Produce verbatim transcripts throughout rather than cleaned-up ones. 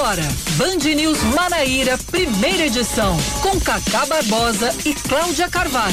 agora, Band News Manaíra, primeira edição, com Cacá Barbosa e Cláudia Carvalho.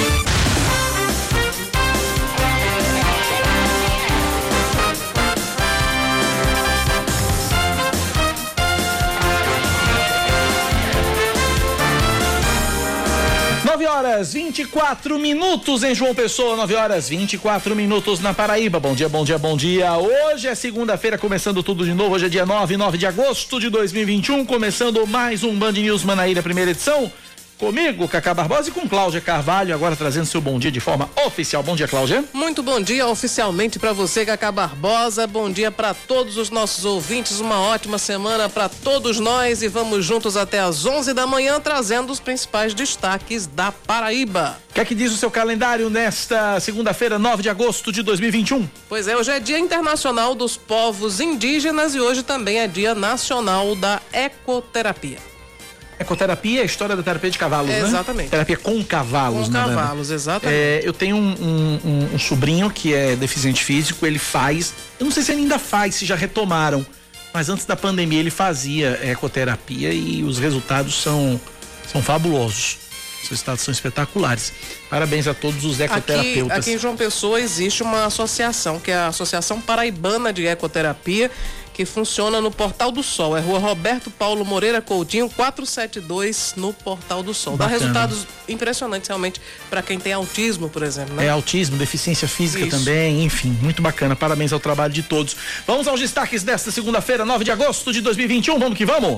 nove horas vinte e quatro minutos em João Pessoa, nove horas vinte e quatro minutos na Paraíba. Bom dia, bom dia, bom dia. Hoje é segunda-feira, começando tudo de novo. Hoje é dia nove, nove de agosto de dois mil e vinte e um, começando mais um Band News Manaíra, primeira edição. Comigo, Cacá Barbosa, e com Cláudia Carvalho, agora trazendo seu bom dia de forma oficial. Bom dia, Cláudia. Muito bom dia oficialmente para você, Cacá Barbosa. Bom dia para todos os nossos ouvintes. Uma ótima semana para todos nós e vamos juntos até às onze da manhã trazendo os principais destaques da Paraíba. O que é que diz o seu calendário nesta segunda-feira, nove de agosto de dois mil e vinte e um? Pois é, hoje é Dia Internacional dos Povos Indígenas e hoje também é Dia Nacional da Ecoterapia. Ecoterapia é a história da terapia de cavalos, é, né? Exatamente. Terapia com cavalos, com né? Com cavalos, exatamente. É, eu tenho um, um, um, um sobrinho que é deficiente físico, ele faz, eu não sei se ele ainda faz, se já retomaram, mas antes da pandemia ele fazia ecoterapia e os resultados são, são fabulosos. Os resultados são espetaculares. Parabéns a todos os ecoterapeutas. Aqui, aqui em João Pessoa existe uma associação, que é a Associação Paraibana de Ecoterapia, que funciona no Portal do Sol. É Rua Roberto Paulo Moreira Coutinho, quatrocentos e setenta e dois, no Portal do Sol. Bacana. Dá resultados impressionantes realmente para quem tem autismo, por exemplo, né? É, autismo, deficiência física Isso. também, enfim, muito bacana. Parabéns ao trabalho de todos. Vamos aos destaques desta segunda-feira, nove de agosto de dois mil e vinte e um. Vamos que vamos!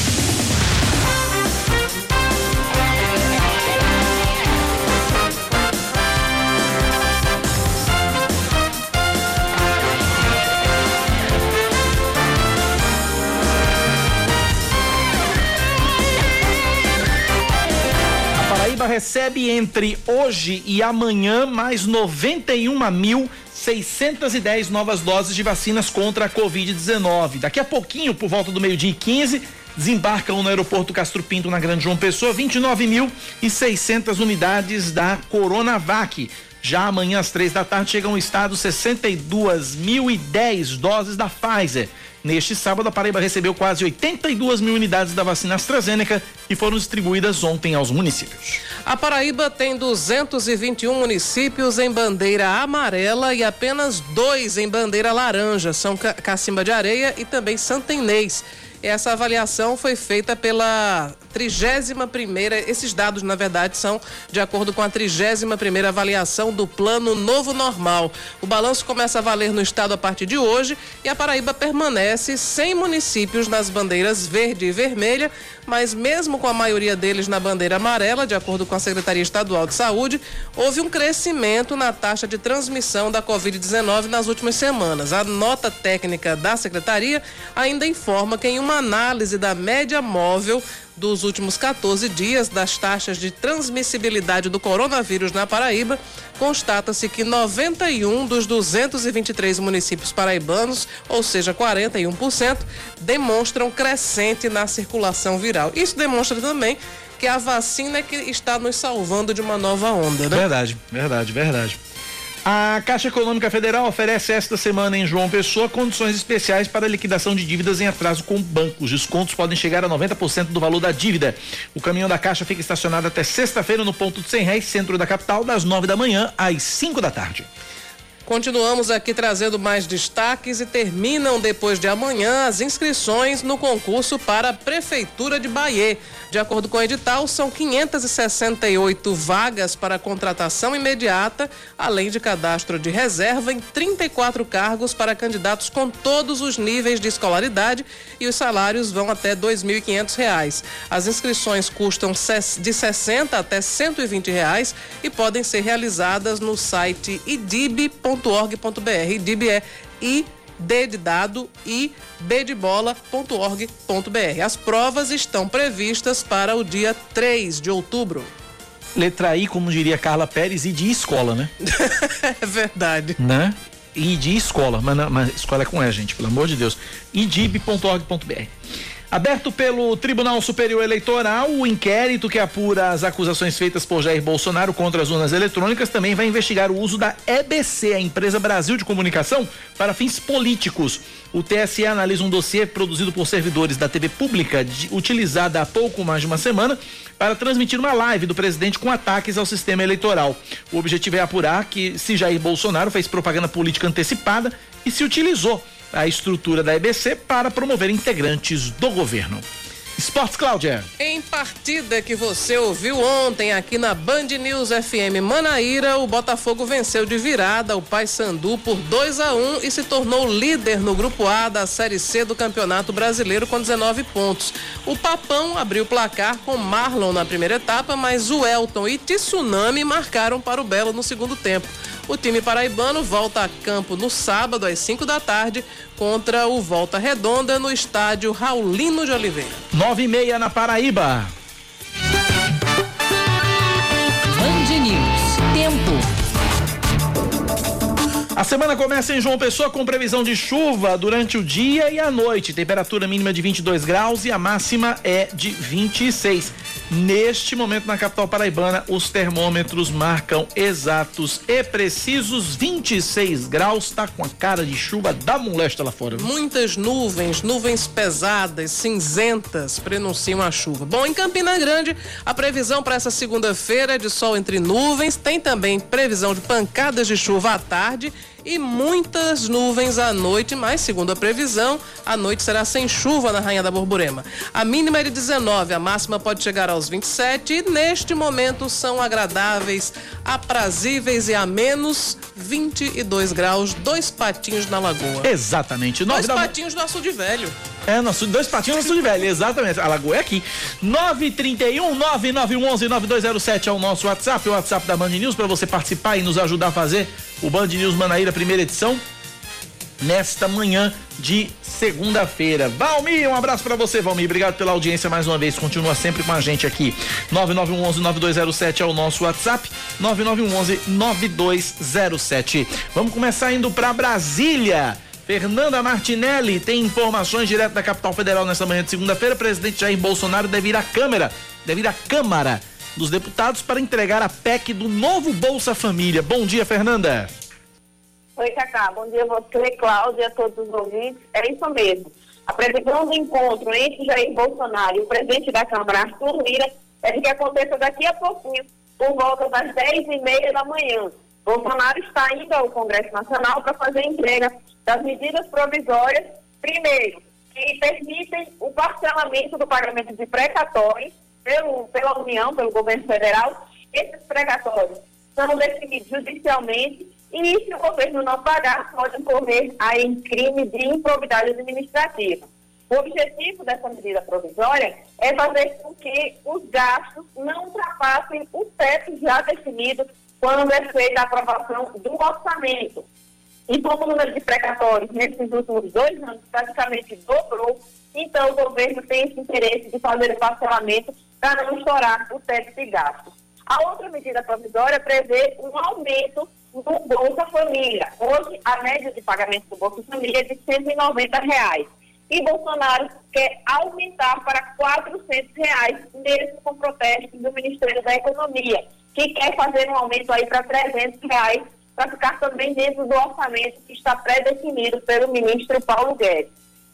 Recebe entre hoje e amanhã mais noventa e uma mil seiscentas e dez novas doses de vacinas contra a covid dezenove. Daqui a pouquinho, por volta do meio-dia e quinze, desembarcam no aeroporto Castro Pinto, na Grande João Pessoa, vinte e nove mil e seiscentas unidades da Coronavac. Já amanhã às três da tarde chegam ao estado sessenta e duas mil e dez doses da Pfizer. Neste sábado, a Paraíba recebeu quase oitenta e duas mil unidades da vacina AstraZeneca que foram distribuídas ontem aos municípios. A Paraíba tem duzentos e vinte e um municípios em bandeira amarela e apenas dois em bandeira laranja. São Cacimba de Areia e também Santa Inês. Essa avaliação foi feita pela trigésima primeira, esses dados na verdade são de acordo com a trigésima primeira avaliação do Plano Novo Normal. O balanço começa a valer no estado a partir de hoje e a Paraíba permanece sem municípios nas bandeiras verde e vermelha, mas mesmo com a maioria deles na bandeira amarela, de acordo com a Secretaria Estadual de Saúde, houve um crescimento na taxa de transmissão da covid dezenove nas últimas semanas. A nota técnica da Secretaria ainda informa que em uma análise da média móvel dos últimos quatorze dias das taxas de transmissibilidade do coronavírus na Paraíba, constata-se que noventa e um dos duzentos e vinte e três municípios paraibanos, ou seja, quarenta e um por cento, demonstram crescente na circulação viral. Isso demonstra também que a vacina é que está nos salvando de uma nova onda, né? Verdade, verdade, verdade. A Caixa Econômica Federal oferece esta semana em João Pessoa condições especiais para liquidação de dívidas em atraso com bancos. Descontos podem chegar a noventa por cento do valor da dívida. O caminhão da Caixa fica estacionado até sexta-feira no ponto de cem réis, centro da capital, das nove da manhã às cinco da tarde. Continuamos aqui trazendo mais destaques e terminam depois de amanhã as inscrições no concurso para a Prefeitura de Bahia. De acordo com o edital, são quinhentas e sessenta e oito vagas para contratação imediata, além de cadastro de reserva em trinta e quatro cargos para candidatos com todos os níveis de escolaridade e os salários vão até dois mil e quinhentos reais. As inscrições custam de sessenta até cento e vinte reais e podem ser realizadas no site idib ponto org ponto br. idib é I D de dado e B de bola ponto org ponto br. As provas estão previstas para o dia três de outubro. Letra I, como diria Carla Pérez, e de escola, né? É verdade. Né? E de escola, mas, não, mas escola é com E, gente, pelo amor de Deus. idib ponto org ponto br. Aberto pelo Tribunal Superior Eleitoral, o inquérito que apura as acusações feitas por Jair Bolsonaro contra as urnas eletrônicas também vai investigar o uso da E B C, a Empresa Brasil de Comunicação, para fins políticos. O T S E analisa um dossiê produzido por servidores da T V pública, de, utilizada há pouco mais de uma semana, para transmitir uma live do presidente com ataques ao sistema eleitoral. O objetivo é apurar que se Jair Bolsonaro fez propaganda política antecipada e se utilizou a estrutura da E B C para promover integrantes do governo. Esportes, Cláudia. Em partida que você ouviu ontem aqui na Band News F M Manaíra, o Botafogo venceu de virada o Paysandu por dois a um e se tornou líder no grupo A da Série C do Campeonato Brasileiro com dezenove pontos. O Papão abriu o placar com Marlon na primeira etapa, mas o Elton e Tsunami marcaram para o Belo no segundo tempo. O time paraibano volta a campo no sábado às cinco da tarde contra o Volta Redonda no estádio Raulino de Oliveira. Nove e meia na Paraíba. Band News. Tempo. A semana começa em João Pessoa com previsão de chuva durante o dia e a noite. Temperatura mínima de vinte e dois graus e a máxima é de vinte e seis. Neste momento na capital paraibana, os termômetros marcam exatos e precisos vinte e seis graus. Tá com a cara de chuva da molesta lá fora. Muitas nuvens, nuvens pesadas, cinzentas, prenunciam a chuva. Bom, em Campina Grande, a previsão para essa segunda-feira é de sol entre nuvens. Tem também previsão de pancadas de chuva à tarde e muitas nuvens à noite, mas segundo a previsão, a noite será sem chuva na Rainha da Borborema. A mínima é de dezenove, a máxima pode chegar aos vinte e sete e neste momento são agradáveis, aprazíveis e a menos vinte e dois graus, dois patinhos na lagoa. Exatamente. Dois da... patinhos no Açude Velho. É, nosso, dois patinhos no Açude Velho, exatamente. A lagoa é aqui. nove trinta e um, nove nove um um, nove dois zero sete é o nosso WhatsApp, o WhatsApp da Band News, para você participar e nos ajudar a fazer o Band News Manaíra, primeira edição, nesta manhã de segunda-feira. Valmir, um abraço pra você, Valmir. Obrigado pela audiência mais uma vez. Continua sempre com a gente aqui. nove nove um um, nove dois zero sete é o nosso WhatsApp. nove nove um um, nove dois zero sete. Vamos começar indo pra Brasília. Fernanda Martinelli tem informações direto da capital federal nesta manhã de segunda-feira. Presidente Jair Bolsonaro deve ir à Câmara, deve ir à Câmara dos Deputados para entregar a P E C do novo Bolsa Família. Bom dia, Fernanda. Oi, Cacá. Bom dia a você, Cláudia, a todos os ouvintes. É isso mesmo. A previsão do encontro entre Jair Bolsonaro e o presidente da Câmara, Arthur Lira, é de que aconteça daqui a pouquinho, por volta das dez e meia da manhã. Bolsonaro está indo ao Congresso Nacional para fazer a entrega das medidas provisórias, primeiro, que permitem o parcelamento do pagamento de precatórios pelo, pela União, pelo governo federal. Esses precatórios são definidos judicialmente e, se o governo não pagar, pode incorrer aí em crime de improbidade administrativa. O objetivo dessa medida provisória é fazer com que os gastos não ultrapassem o teto já definido quando é feita a aprovação do orçamento. E como o número de precatórios nesses últimos dois anos praticamente dobrou, então o governo tem esse interesse de fazer o parcelamento para não estourar o teto de gastos. A outra medida provisória prevê um aumento do Bolsa Família. Hoje, a média de pagamento do Bolsa Família é de cento e noventa reais. E Bolsonaro quer aumentar para quatrocentos reais, mesmo com protestos do Ministério da Economia, que quer fazer um aumento aí para trezentos reais, para ficar também dentro do orçamento que está pré-definido pelo ministro Paulo Guedes.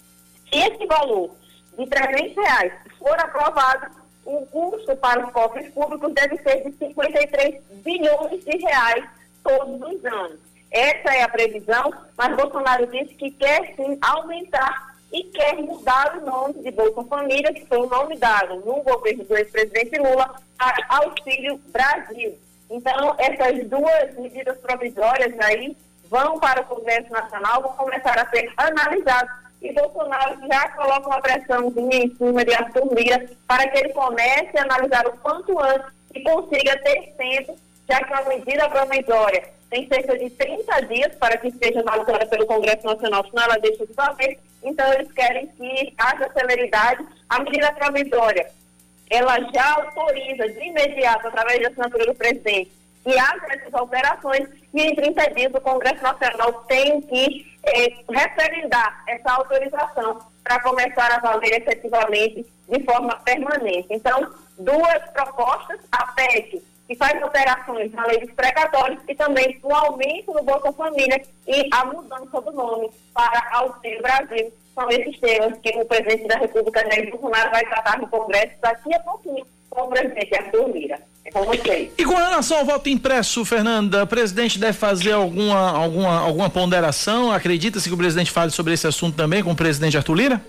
Se esse valor de trezentos reais for aprovado, o custo para os cofres públicos deve ser de cinquenta e três bilhões de reais todos os anos. Essa é a previsão, mas Bolsonaro disse que quer sim aumentar e quer mudar o nome de Bolsa Família, que foi o nome dado no governo do ex-presidente Lula, para Auxílio Brasil. Então, essas duas medidas provisórias aí vão para o Congresso Nacional, vão começar a ser analisadas e Bolsonaro já coloca uma pressãozinha em cima de Arthur Lira para que ele comece a analisar o quanto antes e consiga ter tempo, já que a medida provisória tem cerca de trinta dias para que seja analisada pelo Congresso Nacional, senão ela deixa de valer. Então, eles querem que haja celeridade. A medida provisória, ela já autoriza de imediato, através da assinatura do presidente, e haja essas alterações, e em trinta dias o Congresso Nacional tem que eh, referendar essa autorização para começar a valer efetivamente de forma permanente. Então, duas propostas, a P E C, que faz alterações na lei dos precatórios, e também o aumento do Bolsa Família e a mudança do nome para Auxílio Brasil. São esses temas que o presidente da República, Jair Bolsonaro, vai tratar no Congresso daqui a pouquinho com o presidente Arthur Lira. É com vocês. E com relação ao voto impresso, Fernanda, o presidente deve fazer alguma, alguma, alguma ponderação? Acredita-se que o presidente fale sobre esse assunto também com o presidente Arthur Lira?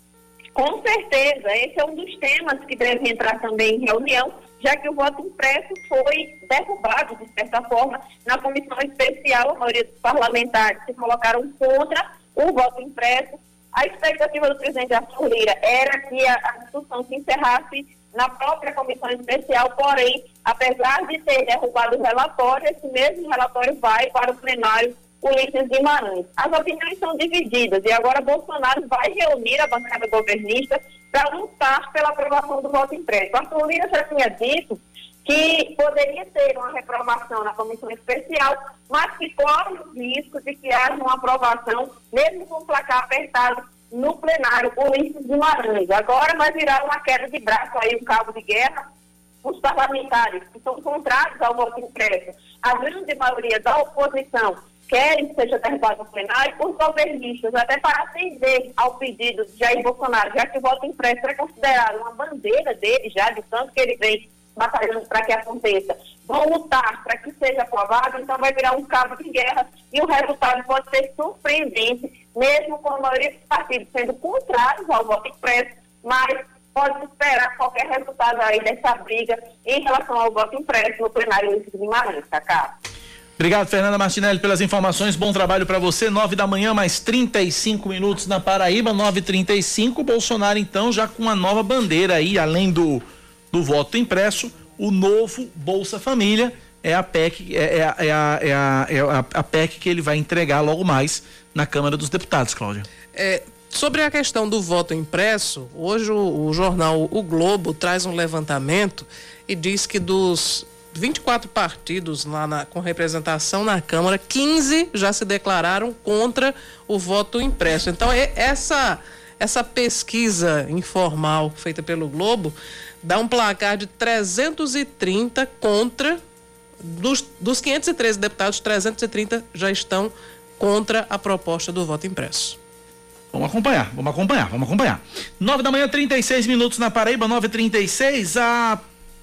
Com certeza, esse é um dos temas que deve entrar também em reunião, já que o voto impresso foi derrubado, de certa forma, na comissão especial. A maioria dos parlamentares se colocaram contra o voto impresso. A expectativa do presidente Arthur Lira era que a, a discussão se encerrasse na própria comissão especial, porém, apesar de ter derrubado o relatório, esse mesmo relatório vai para o plenário Ulisses Guimarães. As opiniões são divididas e agora Bolsonaro vai reunir a bancada governista para lutar pela aprovação do voto impresso. Arthur Lira já tinha dito que poderia ter uma reprovação na comissão especial, mas que corre o risco de que haja uma aprovação, mesmo com o placar apertado, no plenário Ulisses Guimarães. Agora vai virar uma queda de braço aí, um cabo de guerra. Os parlamentares que são contrários ao voto impresso, a grande maioria da oposição, querem que seja derrubado no plenário. Os governistas, até para atender ao pedido de Jair Bolsonaro, já que o voto impresso é considerado uma bandeira dele, já de tanto que ele vem batalhando para que aconteça, vão lutar para que seja aprovado, então vai virar um cabo de guerra e o resultado pode ser surpreendente, mesmo com a maioria dos partidos sendo contrários ao voto impresso, mas pode esperar qualquer resultado aí dessa briga em relação ao voto impresso no plenário Ulisses Guimarães, Cacá. Obrigado, Fernanda Martinelli, pelas informações. Bom trabalho para você. Nove da manhã, mais trinta e cinco minutos na Paraíba, nove e trinta e cinco. Bolsonaro, então, já com uma nova bandeira aí, além do, do voto impresso, o novo Bolsa Família. É a P E C, é, é, é, a, é, a, é a, a P E C que ele vai entregar logo mais na Câmara dos Deputados, Cláudia. É, sobre a questão do voto impresso, hoje o, o jornal O Globo traz um levantamento e diz que dos vinte e quatro partidos lá na, com representação na Câmara, quinze já se declararam contra o voto impresso. Então, é, essa, essa pesquisa informal feita pelo Globo dá um placar de trezentos e trinta contra, dos, dos quinhentos e treze deputados, trezentos e trinta já estão contra a proposta do voto impresso. Vamos acompanhar, vamos acompanhar, vamos acompanhar. Nove da manhã, trinta e seis minutos na Paraíba, nove e trinta e seis, a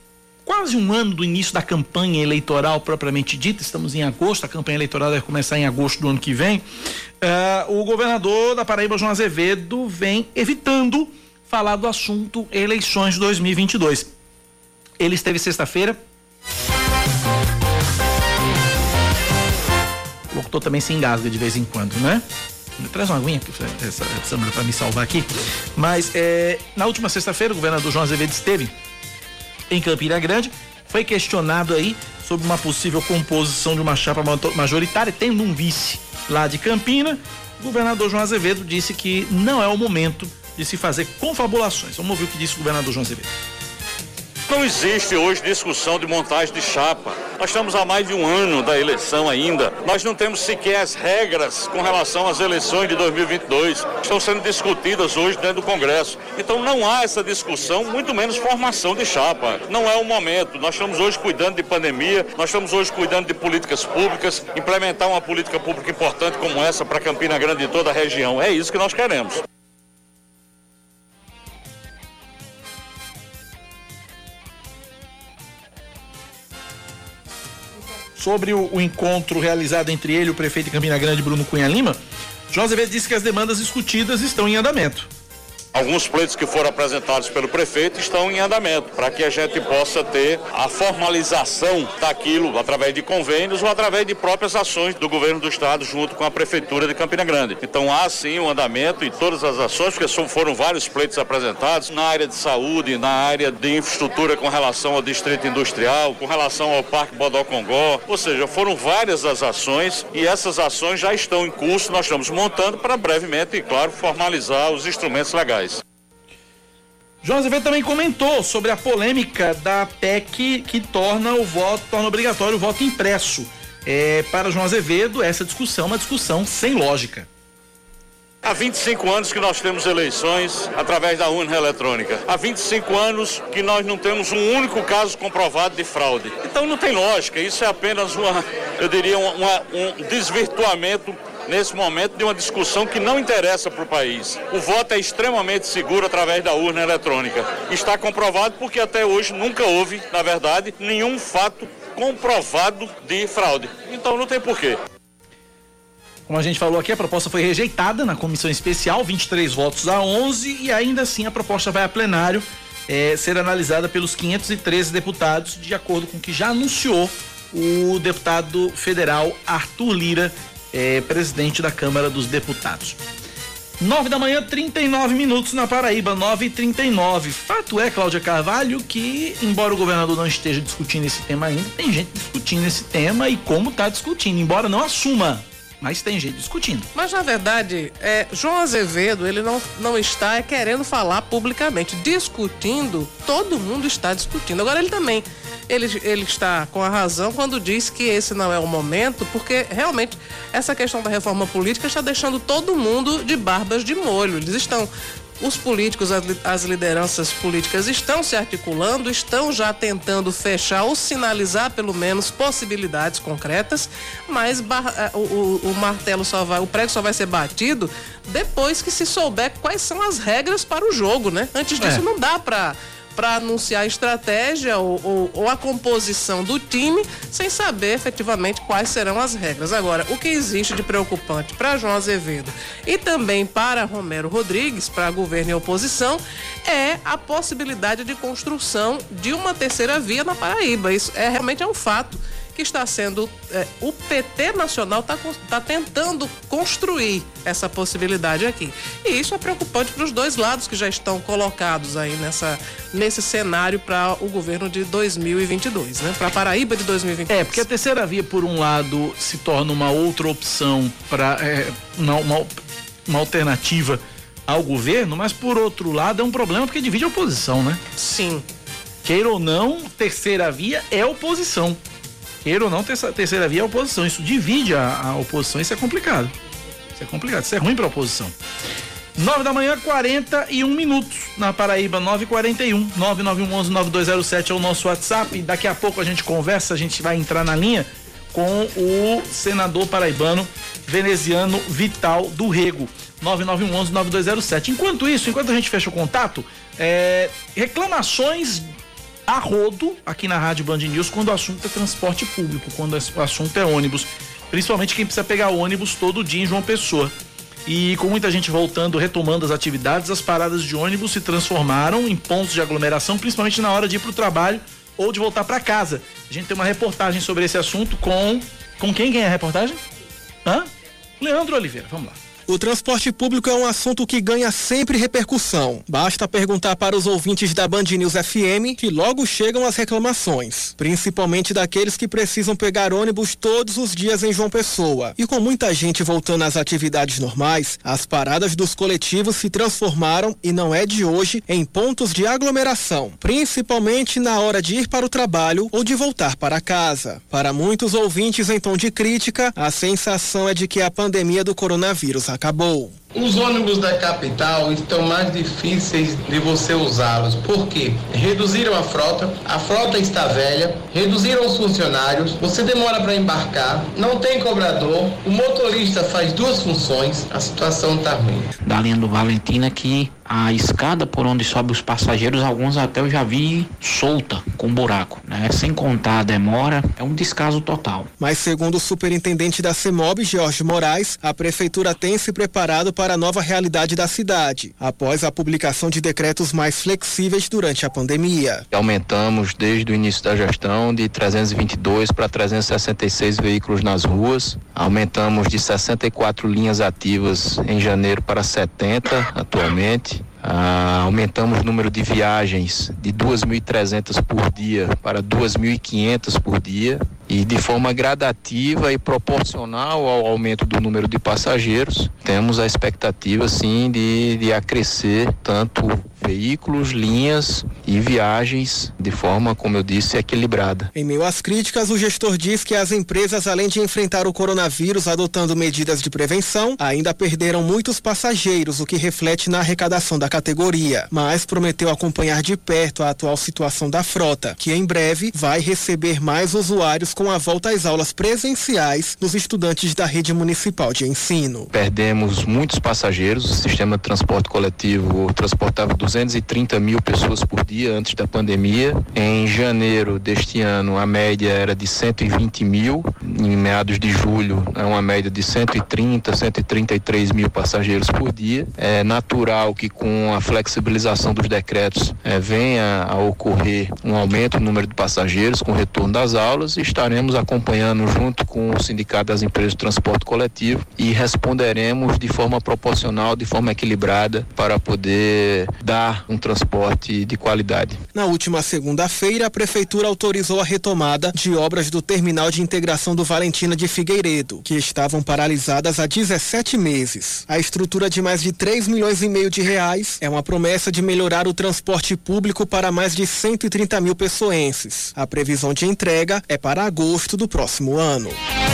quase um ano do início da campanha eleitoral propriamente dita, estamos em agosto, a campanha eleitoral deve começar em agosto do ano que vem. Uh, o governador da Paraíba, João Azevedo, vem evitando falar do assunto eleições de dois mil e vinte e dois. Ele esteve sexta-feira. O locutor também se engasga de vez em quando, né? Traz uma aguinha para me salvar aqui. Mas é, na última sexta-feira, o governador João Azevedo esteve em Campina Grande, foi questionado aí sobre uma possível composição de uma chapa majoritária, tendo um vice lá de Campina. O governador João Azevedo disse que não é o momento de se fazer confabulações. Vamos ouvir o que disse o governador João Azevedo. Não existe hoje discussão de montagem de chapa. Nós estamos há mais de um ano da eleição ainda. Nós não temos sequer as regras com relação às eleições de dois mil e vinte e dois. Estão sendo discutidas hoje dentro do Congresso. Então não há essa discussão, muito menos formação de chapa. Não é o momento. Nós estamos hoje cuidando de pandemia, nós estamos hoje cuidando de políticas públicas, implementar uma política pública importante como essa para Campina Grande e toda a região. É isso que nós queremos. Sobre o, o encontro realizado entre ele e o prefeito de Campina Grande, Bruno Cunha Lima, João Azevedo disse que as demandas discutidas estão em andamento. Alguns pleitos que foram apresentados pelo prefeito estão em andamento, para que a gente possa ter a formalização daquilo através de convênios ou através de próprias ações do governo do estado junto com a prefeitura de Campina Grande. Então há sim um andamento em todas as ações, porque foram vários pleitos apresentados na área de saúde, na área de infraestrutura com relação ao distrito industrial, com relação ao Parque Bodocongó, ou seja, foram várias as ações e essas ações já estão em curso, nós estamos montando para brevemente, e claro, formalizar os instrumentos legais. João Azevedo também comentou sobre a polêmica da P E C que torna o voto, torna obrigatório o voto impresso. É, para João Azevedo, essa discussão é uma discussão sem lógica. Há vinte e cinco anos que nós temos eleições através da urna eletrônica. Há vinte e cinco anos que nós não temos um único caso comprovado de fraude. Então não tem lógica, isso é apenas uma, eu diria, uma, um desvirtuamento nesse momento de uma discussão que não interessa para o país. O voto é extremamente seguro através da urna eletrônica. Está comprovado porque até hoje nunca houve, na verdade, nenhum fato comprovado de fraude. Então não tem porquê. Como a gente falou aqui, a proposta foi rejeitada na comissão especial, vinte e três votos a onze, e ainda assim a proposta vai a plenário é, ser analisada pelos quinhentos e treze deputados, de acordo com o que já anunciou o deputado federal Arthur Lira, É, presidente da Câmara dos Deputados. Nove da manhã, trinta e nove minutos na Paraíba, nove e trinta e nove. Fato é, Cláudia Carvalho, que embora o governador não esteja discutindo esse tema ainda, tem gente discutindo esse tema e como está discutindo, embora não assuma, mas tem gente discutindo. Mas na verdade, é, João Azevedo, ele não, não está é, querendo falar publicamente, discutindo, todo mundo está discutindo. Agora ele também Ele, ele está com a razão quando diz que esse não é o momento, porque realmente essa questão da reforma política está deixando todo mundo de barbas de molho. Eles estão, os políticos, as, as lideranças políticas estão se articulando, estão já tentando fechar ou sinalizar pelo menos possibilidades concretas, mas bar, o, o, o martelo só vai, o prego só vai ser batido depois que se souber quais são as regras para o jogo, né? Antes disso é. não dá para para anunciar a estratégia ou, ou, ou a composição do time sem saber efetivamente quais serão as regras. Agora, o que existe de preocupante para João Azevedo e também para Romero Rodrigues, para governo e oposição, é a possibilidade de construção de uma terceira via na Paraíba. Isso é realmente é um fato que está sendo, é, o P T nacional está tá tentando construir essa possibilidade aqui. E isso é preocupante para os dois lados que já estão colocados aí nessa, nesse cenário para o governo de dois mil e vinte e dois, né? Para a Paraíba de dois mil e vinte e dois. É, porque a terceira via, por um lado, se torna uma outra opção para é, uma, uma, uma alternativa ao governo, mas por outro lado é um problema porque divide a oposição, né? Sim. Queira ou não, terceira via é oposição. Queira ou não, terceira via é oposição. Isso divide a, a oposição, isso é complicado. Isso é complicado, isso é ruim para a oposição. Nove da manhã, quarenta e um minutos na Paraíba, nove e quarenta e um. nove nove um um, nove dois zero sete é o nosso WhatsApp. Daqui a pouco a gente conversa, a gente vai entrar na linha com o senador paraibano veneziano Vital do Rego. nove nove um um, nove dois zero sete. Enquanto isso, enquanto a gente fecha o contato, é, reclamações a rodo aqui na Rádio Band News quando o assunto é transporte público, quando o assunto é ônibus, principalmente quem precisa pegar ônibus todo dia em João Pessoa. E com muita gente voltando, retomando as atividades, as paradas de ônibus se transformaram em pontos de aglomeração, principalmente na hora de ir para o trabalho ou de voltar para casa. A gente tem uma reportagem sobre esse assunto com... Com quem? Quem é a reportagem? Hã? Leandro Oliveira, vamos lá. O transporte público é um assunto que ganha sempre repercussão. Basta perguntar para os ouvintes da Band News F M que logo chegam as reclamações, principalmente daqueles que precisam pegar ônibus todos os dias em João Pessoa. E com muita gente voltando às atividades normais, as paradas dos coletivos se transformaram, e não é de hoje, em pontos de aglomeração, principalmente na hora de ir para o trabalho ou de voltar para casa. Para muitos ouvintes em tom de crítica, a sensação é de que a pandemia do coronavírus acabou. Os ônibus da capital estão mais difíceis de você usá-los. Por quê? Reduziram a frota, a frota está velha, reduziram os funcionários, você demora para embarcar, não tem cobrador, o motorista faz duas funções, a situação está ruim. Da linha do Valentina, que a escada por onde sobe os passageiros, alguns até eu já vi solta, com buraco, né? Sem contar a demora, é um descaso total. Mas segundo o superintendente da CEMOB, Jorge Moraes, a prefeitura tem se preparado para a nova realidade da cidade, após a publicação de decretos mais flexíveis durante a pandemia. Aumentamos desde o início da gestão de trezentos e vinte e dois para trezentos e sessenta e seis veículos nas ruas, aumentamos de sessenta e quatro linhas ativas em janeiro para setenta atualmente. Ah, aumentamos o número de viagens de duas mil e trezentas por dia para duas mil e quinhentas por dia. e de forma gradativa e proporcional ao aumento do número de passageiros, temos a expectativa sim de, de acrescer tanto veículos, linhas e viagens de forma, como eu disse, equilibrada. Em meio às críticas, o gestor diz que as empresas, além de enfrentar o coronavírus adotando medidas de prevenção, ainda perderam muitos passageiros, o que reflete na arrecadação da categoria. Mas prometeu acompanhar de perto a atual situação da frota, que em breve vai receber mais usuários com a volta às aulas presenciais dos estudantes da rede municipal de ensino. Perdemos muitos passageiros, o sistema de transporte coletivo transportava duzentos e trinta mil pessoas por dia antes da pandemia. Em janeiro deste ano, a média era de cento e vinte mil. Em meados de julho, é uma média de cento e trinta, cento e trinta e três mil passageiros por dia. É natural que com a flexibilização dos decretos é, venha a ocorrer um aumento no número de passageiros com o retorno das aulas e estaremos acompanhando junto com o Sindicato das Empresas de Transporte Coletivo e responderemos de forma proporcional, de forma equilibrada para poder dar um transporte de qualidade. Na última segunda-feira, a Prefeitura autorizou a retomada de obras do Terminal de Integração do Valentina de Figueiredo, que estavam paralisadas há dezessete meses. A estrutura de mais de três milhões e meio de reais é uma promessa de melhorar o transporte público para mais de cento e trinta mil pessoenses. A previsão de entrega é para agosto do próximo ano.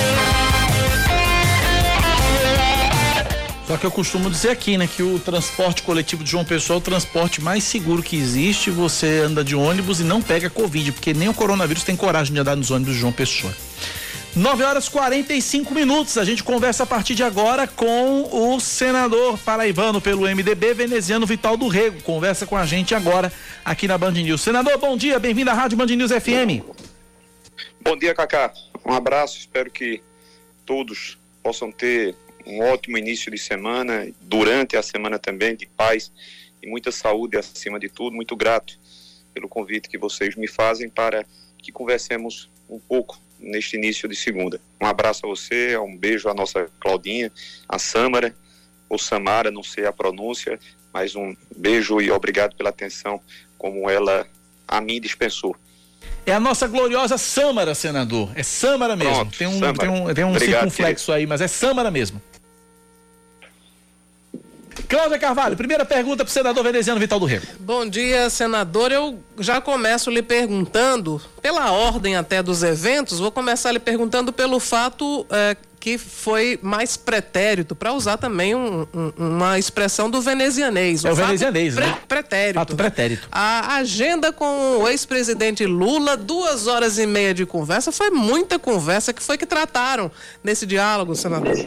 Só que eu costumo dizer aqui, né, que o transporte coletivo de João Pessoa é o transporte mais seguro que existe. Você anda de ônibus e não pega Covid, porque nem o coronavírus tem coragem de andar nos ônibus de João Pessoa. nove horas e quarenta e cinco minutos. A gente conversa a partir de agora com o senador paraibano pelo M D B, veneziano Vital do Rego. Conversa com a gente agora aqui na Band News. Senador, bom dia, bem-vindo à Rádio Band News F M. Bom dia, Cacá. Um abraço, espero que todos possam ter um ótimo início de semana, durante a semana também, de paz e muita saúde acima de tudo. Muito grato pelo convite que vocês me fazem para que conversemos um pouco neste início de segunda. Um abraço a você, um beijo à nossa Claudinha, a Sâmara, ou Samara, não sei a pronúncia, mas um beijo e obrigado pela atenção como ela a mim dispensou. É a nossa gloriosa Sâmara, senador. É Sâmara mesmo. Pronto, tem um, Sâmara. tem um, tem um Obrigado, circunflexo querido. aí, mas é Sâmara mesmo. Cláudia Carvalho, primeira pergunta para o senador veneziano Vital do Rego. Bom dia, senador. Eu já começo lhe perguntando, pela ordem até dos eventos, vou começar lhe perguntando pelo fato é, que foi mais pretérito, para usar também um, um, uma expressão do venezianês. É o venezianês, pre- né? Pretérito. Fato pretérito. A agenda com o ex-presidente Lula, duas horas e meia de conversa, foi muita conversa. Que foi que trataram nesse diálogo, senador?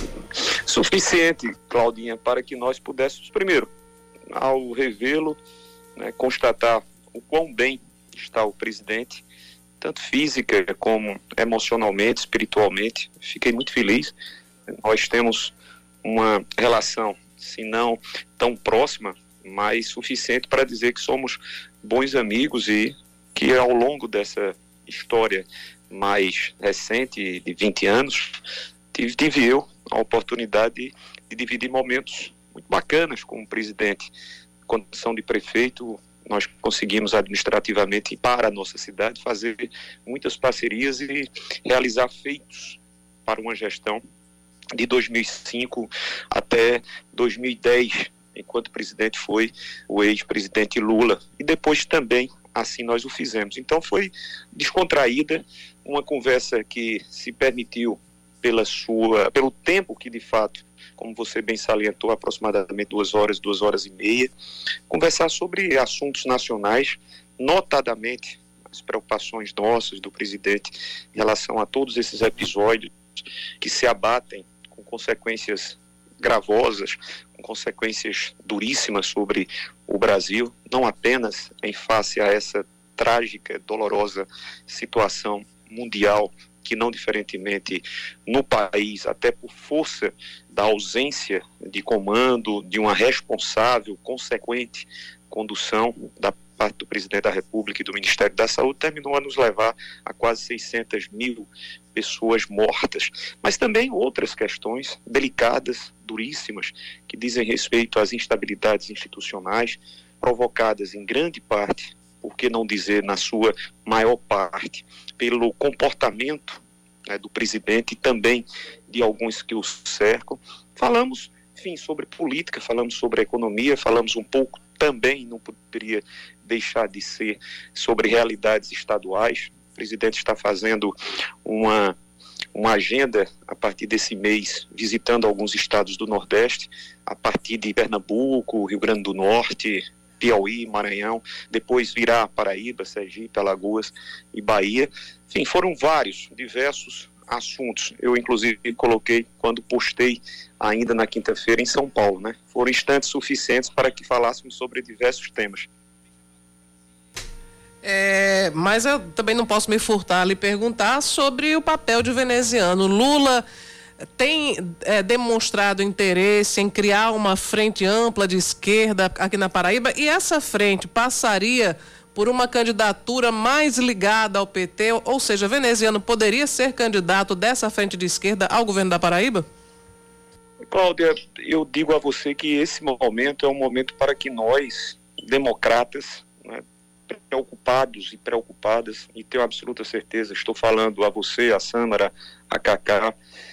Suficiente, Claudinha, para que nós pudéssemos, primeiro, ao revê-lo, né, constatar o quão bem está o presidente, tanto física como emocionalmente, espiritualmente. Fiquei muito feliz. Nós temos uma relação, se não tão próxima, mas suficiente para dizer que somos bons amigos e que ao longo dessa história mais recente, de vinte anos, tive, tive eu a oportunidade de, de dividir momentos muito bacanas com o presidente. Condição de prefeito, nós conseguimos administrativamente para a nossa cidade fazer muitas parcerias e realizar feitos para uma gestão de dois mil e cinco até dois mil e dez, enquanto o presidente foi o ex-presidente Lula, e depois também assim nós o fizemos. Então foi descontraída, uma conversa que se permitiu pela sua, pelo tempo que de fato, como você bem salientou, aproximadamente duas horas, duas horas e meia, conversar sobre assuntos nacionais, notadamente as preocupações nossas do presidente em relação a todos esses episódios que se abatem com consequências gravosas, com consequências duríssimas sobre o Brasil, não apenas em face a essa trágica, dolorosa situação mundial, que não diferentemente no país, até por força da ausência de comando, de uma responsável, consequente condução da parte do presidente da República e do Ministério da Saúde, terminou a nos levar a quase seiscentas mil pessoas mortas. Mas também outras questões delicadas, duríssimas, que dizem respeito às instabilidades institucionais, provocadas em grande parte por que não dizer na sua maior parte, pelo comportamento, né, do presidente e também de alguns que o cercam. Falamos, enfim, sobre política, falamos sobre economia, falamos um pouco também, não poderia deixar de ser, sobre realidades estaduais. O presidente está fazendo uma, uma agenda a partir desse mês, visitando alguns estados do Nordeste, a partir de Pernambuco, Rio Grande do Norte, Piauí, Maranhão, depois virá Paraíba, Sergipe, Alagoas e Bahia. Enfim, foram vários, diversos assuntos. Eu, inclusive, coloquei quando postei ainda na quinta-feira em São Paulo, né? Foram instantes suficientes para que falássemos sobre diversos temas. É, mas eu também não posso me furtar a lhe perguntar sobre o papel de veneziano. Lula tem é, demonstrado interesse em criar uma frente ampla de esquerda aqui na Paraíba, e essa frente passaria por uma candidatura mais ligada ao P T, ou seja, veneziano poderia ser candidato dessa frente de esquerda ao governo da Paraíba? Cláudia, eu digo a você que esse momento é um momento para que nós, democratas, né, preocupados e preocupadas, e tenho absoluta certeza, estou falando a você, a Sâmara, a Cacá,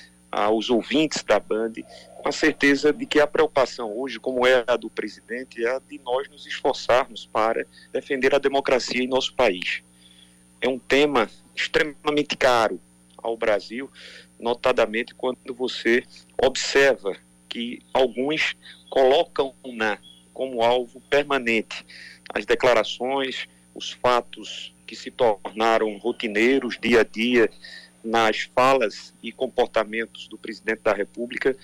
aos ouvintes da Band, com a certeza de que a preocupação hoje, como é a do presidente, é a de nós nos esforçarmos para defender a democracia em nosso país. É um tema extremamente caro ao Brasil, notadamente quando você observa que alguns colocam-na como alvo permanente as declarações, os fatos que se tornaram rotineiros dia a dia nas falas e comportamentos do presidente da República,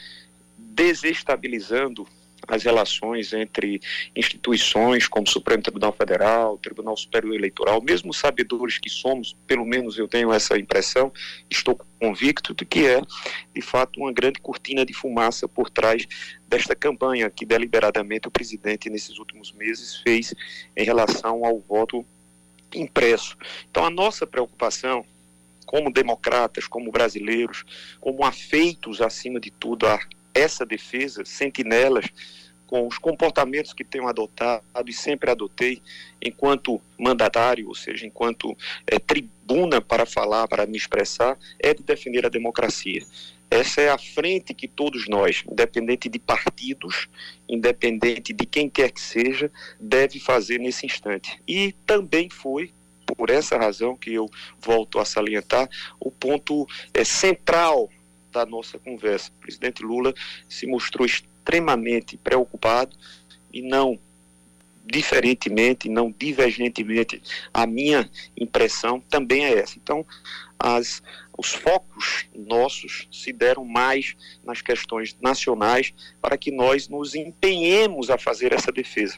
desestabilizando as relações entre instituições como o Supremo Tribunal Federal, o Tribunal Superior Eleitoral, mesmo sabedores que somos, pelo menos eu tenho essa impressão, estou convicto de que é, de fato, uma grande cortina de fumaça por trás desta campanha que deliberadamente o presidente nesses últimos meses fez em relação ao voto impresso. Então a nossa preocupação, como democratas, como brasileiros, como afeitos, acima de tudo, a essa defesa, sentinelas, com os comportamentos que tenho adotado e sempre adotei enquanto mandatário, ou seja, enquanto é, tribuna para falar, para me expressar, é de defender a democracia. Essa é a frente que todos nós, independente de partidos, independente de quem quer que seja, deve fazer nesse instante. E também foi, por essa razão que eu volto a salientar, o ponto é, central da nossa conversa. O presidente Lula se mostrou extremamente preocupado e não diferentemente, não divergentemente, a minha impressão também é essa. Então, as, os focos nossos se deram mais nas questões nacionais para que nós nos empenhemos a fazer essa defesa.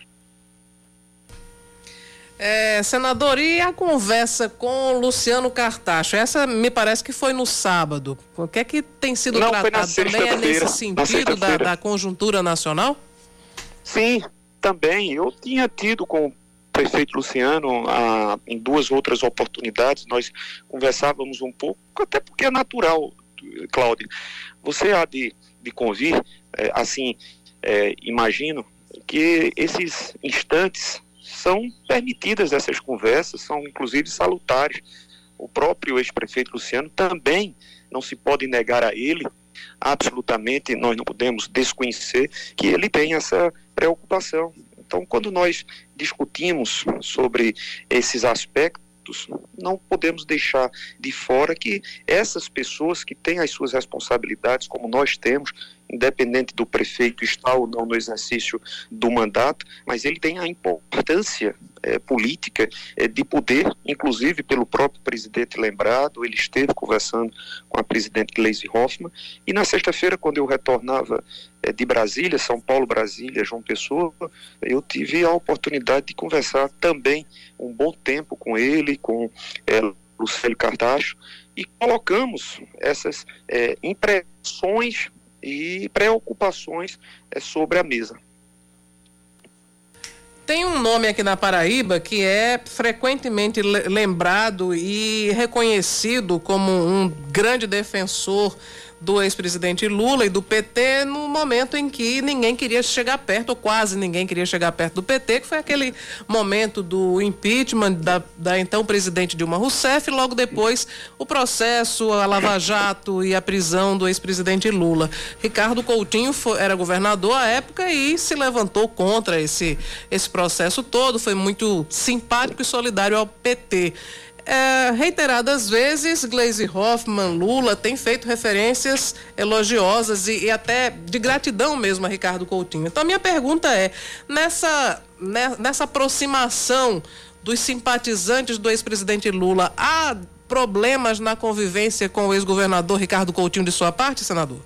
É, senador, e a conversa com Luciano Cartacho? Essa me parece que foi no sábado. O que é que tem sido Não, tratado? Também é nesse sentido da, da conjuntura nacional? Sim, também. Eu tinha tido com o prefeito Luciano, ah, em duas outras oportunidades, nós conversávamos um pouco, até porque é natural, Cláudia. Você há de, de convir, é, assim, é, imagino, que esses instantes são permitidas essas conversas, são inclusive salutares. O próprio ex-prefeito Luciano também não se pode negar a ele, absolutamente nós não podemos desconhecer que ele tem essa preocupação. Então, quando nós discutimos sobre esses aspectos, não podemos deixar de fora que essas pessoas que têm as suas responsabilidades, como nós temos, independente do prefeito estar ou não no exercício do mandato, mas ele tem a importância é, política é, de poder, inclusive pelo próprio presidente lembrado, ele esteve conversando com a presidente Gleisi Hoffmann, e na sexta-feira, quando eu retornava é, de Brasília, São Paulo, Brasília, João Pessoa, eu tive a oportunidade de conversar também um bom tempo com ele, com é, Lucélio Cartacho, e colocamos essas é, impressões e preocupações é, sobre a mesa. Tem um nome aqui na Paraíba que é frequentemente lembrado e reconhecido como um grande defensor do ex-presidente Lula e do P T no momento em que ninguém queria chegar perto, ou quase ninguém queria chegar perto do P T, que foi aquele momento do impeachment da, da então presidente Dilma Rousseff, e logo depois o processo, a Lava Jato e a prisão do ex-presidente Lula. Ricardo Coutinho foi, era governador à época e se levantou contra esse, esse processo todo, foi muito simpático e solidário ao P T. É, reiteradas vezes, Gleisi Hoffmann, Lula, tem feito referências elogiosas e, e até de gratidão mesmo a Ricardo Coutinho. Então a minha pergunta é, nessa, nessa aproximação dos simpatizantes do ex-presidente Lula, há problemas na convivência com o ex-governador Ricardo Coutinho de sua parte, senador?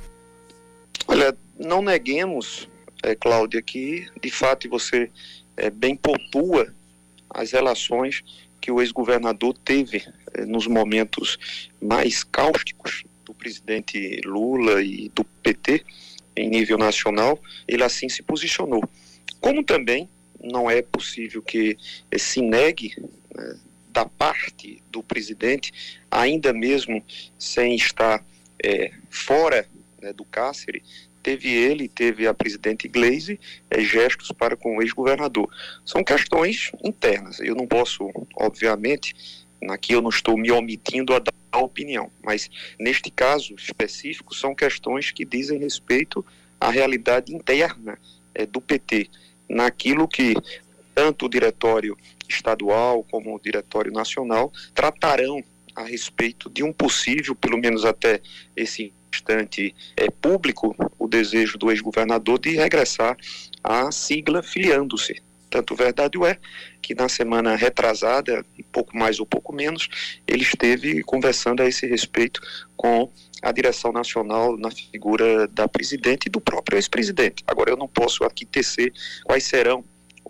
Olha, não neguemos, é, Cláudia, que de fato você é, bem pontua as relações que o ex-governador teve eh, nos momentos mais cáusticos do presidente Lula e do P T em nível nacional, ele assim se posicionou. Como também não é possível que eh, se negue né, da parte do presidente, ainda mesmo sem estar eh, fora né, do cárcere, teve ele, teve a presidente Gleisi, é, gestos para com o ex-governador. São questões internas. Eu não posso, obviamente, aqui eu não estou me omitindo a dar a opinião, mas neste caso específico são questões que dizem respeito à realidade interna é, do P T, naquilo que tanto o diretório estadual como o diretório nacional tratarão a respeito de um possível, pelo menos até esse instante é, público, o desejo do ex-governador de regressar à sigla filiando-se. Tanto verdade é que na semana retrasada, pouco mais ou pouco menos, ele esteve conversando a esse respeito com a direção nacional na figura da presidente e do próprio ex-presidente. Agora eu não posso aqui tecer quais serão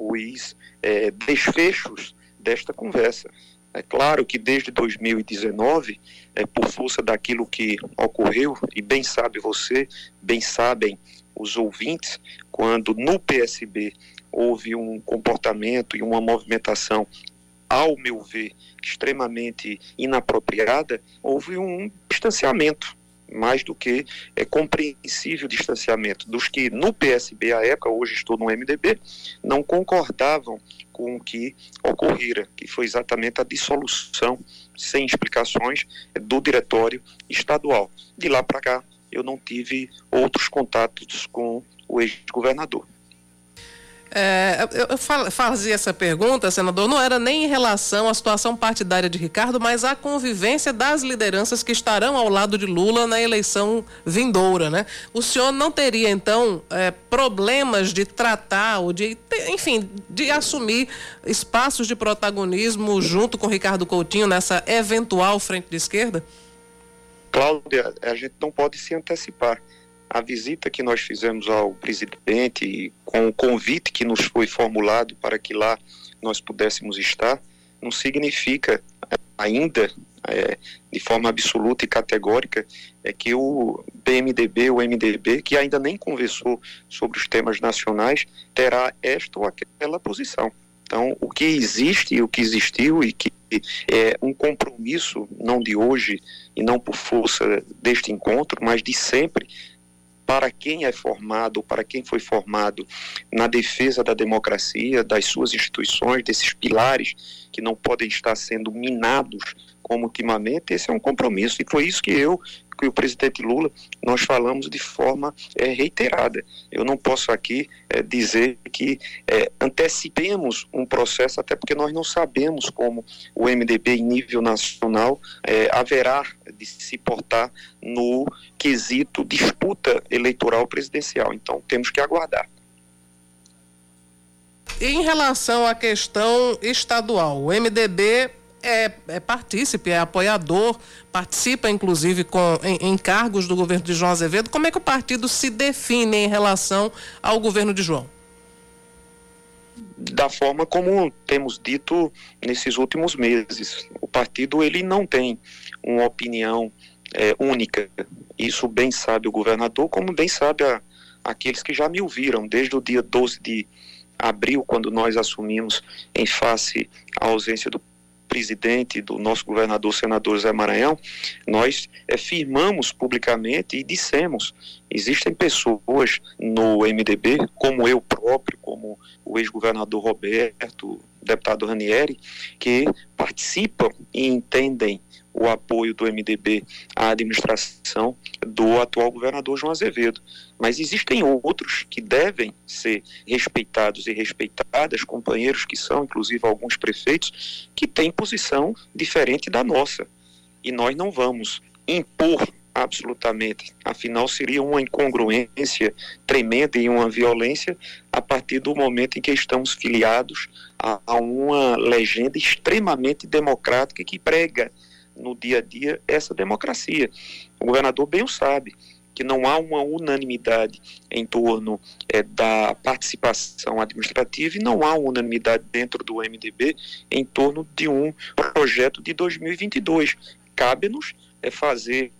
os é, desfechos desta conversa. É claro que desde dois mil e dezenove, é, por força daquilo que ocorreu, e bem sabe você, bem sabem os ouvintes, quando no P S B houve um comportamento e uma movimentação, ao meu ver, extremamente inapropriada, houve um distanciamento, mais do que é compreensível distanciamento dos que no P S B à época, hoje estou no M D B, não concordavam com o que ocorrera, que foi exatamente a dissolução, sem explicações, do diretório estadual. De lá para cá, eu não tive outros contatos com o ex-governador. É, eu fazia essa pergunta, senador, não era nem em relação à situação partidária de Ricardo, mas à convivência das lideranças que estarão ao lado de Lula na eleição vindoura, né? O senhor não teria, então, é, problemas de tratar, ou de, enfim, de assumir espaços de protagonismo junto com Ricardo Coutinho nessa eventual frente de esquerda? Cláudia, a gente não pode se antecipar. A visita que nós fizemos ao presidente, com o convite que nos foi formulado para que lá nós pudéssemos estar, não significa ainda, é, de forma absoluta e categórica, é que o P M D B, o M D B, que ainda nem conversou sobre os temas nacionais, terá esta ou aquela posição. Então, o que existe e o que existiu e que é um compromisso, não de hoje e não por força deste encontro, mas de sempre, para quem é formado, para quem foi formado na defesa da democracia, das suas instituições, desses pilares que não podem estar sendo minados como ultimamente, esse é um compromisso, e foi isso que eu, que o presidente Lula, nós falamos de forma é, reiterada. Eu não posso aqui é, dizer que é, antecipemos um processo, até porque nós não sabemos como o M D B em nível nacional é, haverá de se portar no quesito disputa eleitoral presidencial. Então temos que aguardar. Em relação à questão estadual, o M D B é, é partícipe, é apoiador, participa inclusive com, em, em cargos do governo de João Azevedo. Como é que o partido se define em relação ao governo de João? Da forma como temos dito nesses últimos meses, o partido ele não tem uma opinião é, única. Isso bem sabe o governador, como bem sabe a, aqueles que já me ouviram desde o dia doze de abril, quando nós assumimos em face à ausência do presidente, do nosso governador, senador Zé Maranhão, nós é, firmamos publicamente e dissemos, existem pessoas no M D B, como eu próprio, como o ex-governador Roberto, o deputado Ranieri, que participam e entendem o apoio do M D B à administração do atual governador João Azevedo. Mas existem outros que devem ser respeitados e respeitadas, companheiros que são, inclusive alguns prefeitos, que têm posição diferente da nossa. E nós não vamos impor absolutamente, afinal seria uma incongruência tremenda e uma violência a partir do momento em que estamos filiados a, a uma legenda extremamente democrática que prega no dia a dia essa democracia. O governador bem o sabe, que não há uma unanimidade em torno é, da participação administrativa e não há uma unanimidade dentro do M D B em torno de um projeto de dois mil e vinte e dois. Cabe-nos é, fazer,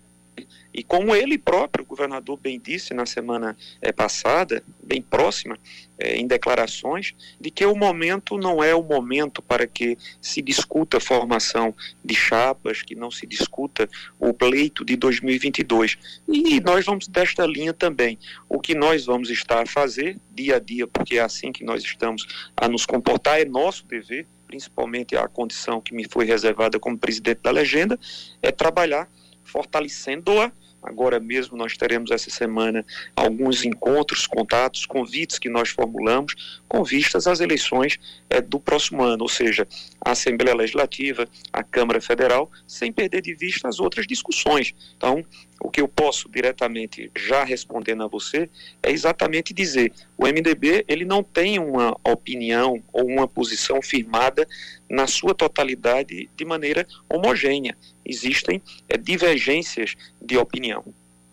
e como ele próprio, o governador bem disse na semana é, passada, bem próxima, é, em declarações, de que o momento não é o momento para que se discuta a formação de chapas, que não se discuta o pleito de dois mil e vinte e dois. E nós vamos desta linha também. O que nós vamos estar a fazer dia a dia, porque é assim que nós estamos a nos comportar, é nosso dever, principalmente a condição que me foi reservada como presidente da legenda, é trabalhar fortalecendo-a. Agora mesmo nós teremos essa semana alguns encontros, contatos, convites que nós formulamos com vistas às eleições é, do próximo ano, ou seja, a Assembleia Legislativa, a Câmara Federal, sem perder de vista as outras discussões. Então, o que eu posso diretamente já respondendo a você é exatamente dizer, o M D B ele não tem uma opinião ou uma posição firmada na sua totalidade de maneira homogênea. Existem é, divergências de opinião.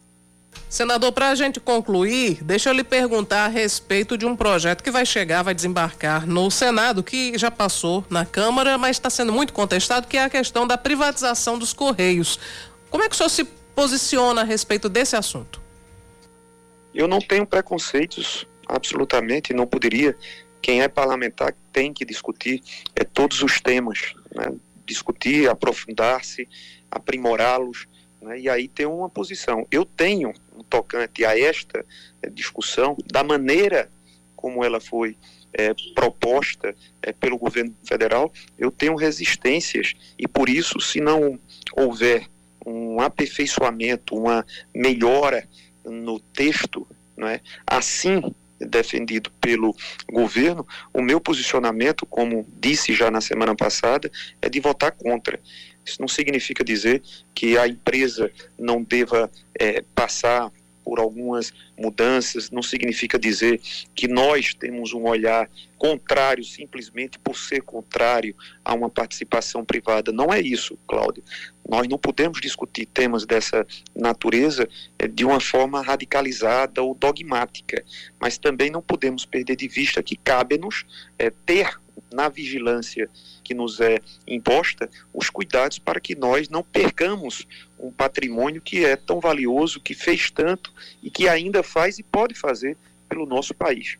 Senador, para a gente concluir, deixa eu lhe perguntar a respeito de um projeto que vai chegar, vai desembarcar no Senado, que já passou na Câmara, mas está sendo muito contestado, que é a questão da privatização dos Correios. Como é que o senhor se posiciona a respeito desse assunto? Eu não tenho preconceitos, absolutamente, não poderia. Quem é parlamentar tem que discutir é, todos os temas, né? Discutir, aprofundar-se, aprimorá-los, né? E aí ter uma posição. Eu tenho, um tocante a esta é, discussão, da maneira como ela foi é, proposta é, pelo governo federal, eu tenho resistências e por isso, se não houver um aperfeiçoamento, uma melhora no texto, né, assim defendido pelo governo, o meu posicionamento, como disse já na semana passada, é de votar contra. Isso não significa dizer que a empresa não deva é, passar por algumas mudanças, não significa dizer que nós temos um olhar contrário simplesmente por ser contrário a uma participação privada. Não é isso, Cláudio. Nós não podemos discutir temas dessa natureza é, de uma forma radicalizada ou dogmática, mas também não podemos perder de vista que cabe-nos é, ter na vigilância que nos é imposta os cuidados para que nós não percamos um patrimônio que é tão valioso, que fez tanto e que ainda faz e pode fazer pelo nosso país.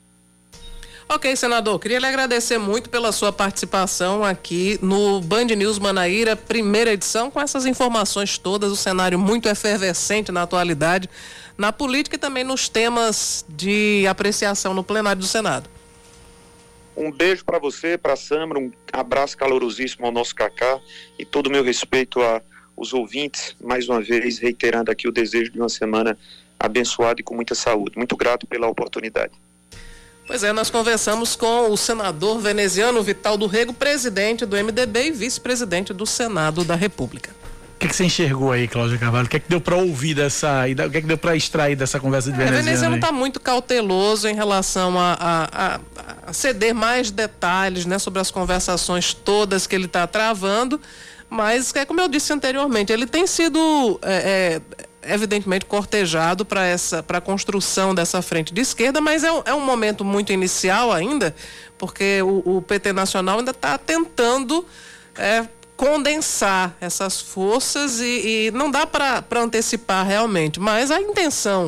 Ok, senador, queria lhe agradecer muito pela sua participação aqui no Band News Manaíra, primeira edição, com essas informações todas, o cenário muito efervescente na atualidade, na política e também nos temas de apreciação no plenário do Senado. Um beijo para você, para a Samra, um abraço calorosíssimo ao nosso Cacá e todo o meu respeito aos ouvintes, mais uma vez reiterando aqui o desejo de uma semana abençoada e com muita saúde. Muito grato pela oportunidade. Pois é, nós conversamos com o senador veneziano Vital do Rego, presidente do M D B e vice-presidente do Senado da República. O que, que você enxergou aí, Cláudia Carvalho? O que é que deu para ouvir dessa, o que é que deu para extrair dessa conversa de é, veneziano? O veneziano está muito cauteloso em relação a, a, a, a ceder mais detalhes, né, sobre as conversações todas que ele está travando, mas é como eu disse anteriormente, ele tem sido é, é, evidentemente cortejado para essa, para a construção dessa frente de esquerda, mas é, é um momento muito inicial ainda, porque o, o P T Nacional ainda está tentando é, condensar essas forças e, e não dá para antecipar realmente, mas a intenção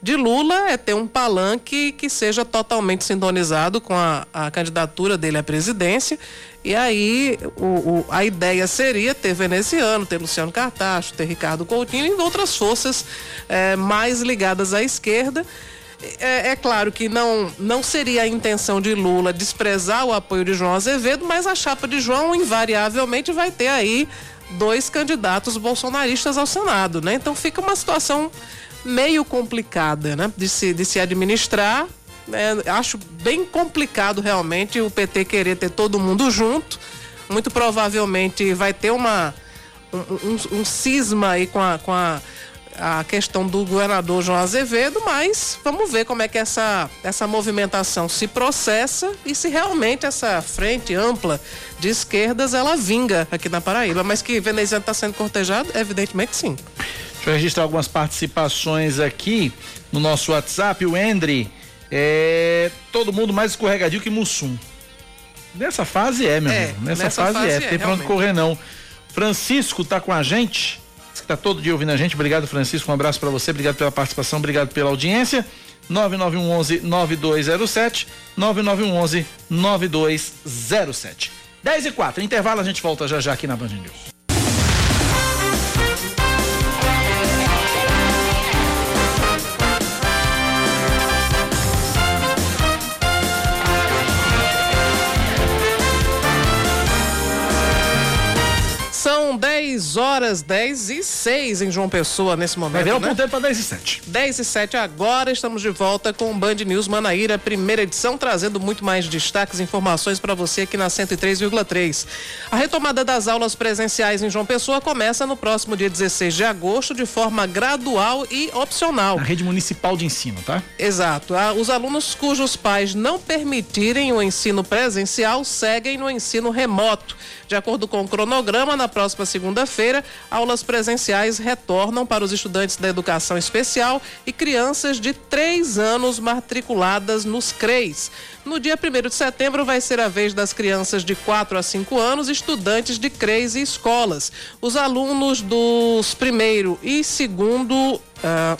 de Lula é ter um palanque que seja totalmente sintonizado com a, a candidatura dele à presidência. E aí o, o, a ideia seria ter veneziano, ter Luciano Cartacho, ter Ricardo Coutinho e outras forças é, mais ligadas à esquerda. É, é claro que não, não seria a intenção de Lula desprezar o apoio de João Azevedo, mas a chapa de João invariavelmente vai ter aí dois candidatos bolsonaristas ao Senado, né? Então fica uma situação meio complicada, né? De se, de se administrar. É, acho bem complicado realmente o P T querer ter todo mundo junto. Muito provavelmente vai ter uma, um, um, um cisma aí com a, com a a questão do governador João Azevedo, mas vamos ver como é que essa, essa movimentação se processa e se realmente essa frente ampla de esquerdas ela vinga aqui na Paraíba, mas que veneziano está sendo cortejado, evidentemente sim. Deixa eu registrar algumas participações aqui no nosso WhatsApp. O Endre, é, todo mundo mais escorregadio que Mussum. Nessa fase é, meu é, amigo. Nessa, nessa fase, fase é, é, tem pra onde correr não. Francisco tá com a gente, que tá todo dia ouvindo a gente. Obrigado, Francisco, um abraço para você, obrigado pela participação, obrigado pela audiência. nove nove um um nove dois zero sete, nove nove um um nove dois zero sete. dez e quatro, intervalo, a gente volta já já aqui na Band News. São dez horas, dez e seis em João Pessoa nesse momento. Vai ver o né? ponteiro para dez e sete. dez e sete agora, estamos de volta com o Band News Manaíra, primeira edição, trazendo muito mais destaques e informações para você aqui na cento e três vírgula três. A retomada das aulas presenciais em João Pessoa começa no próximo dia dezesseis de agosto, de forma gradual e opcional. Na rede municipal de ensino, tá? Exato. Os alunos cujos pais não permitirem o ensino presencial seguem no ensino remoto. De acordo com o cronograma, na próxima segunda-feira, aulas presenciais retornam para os estudantes da educação especial e crianças de três anos matriculadas nos C R E S. No dia primeiro de setembro vai ser a vez das crianças de quatro a cinco anos, estudantes de C R E S e escolas. Os alunos dos primeiro e segundo... Uh,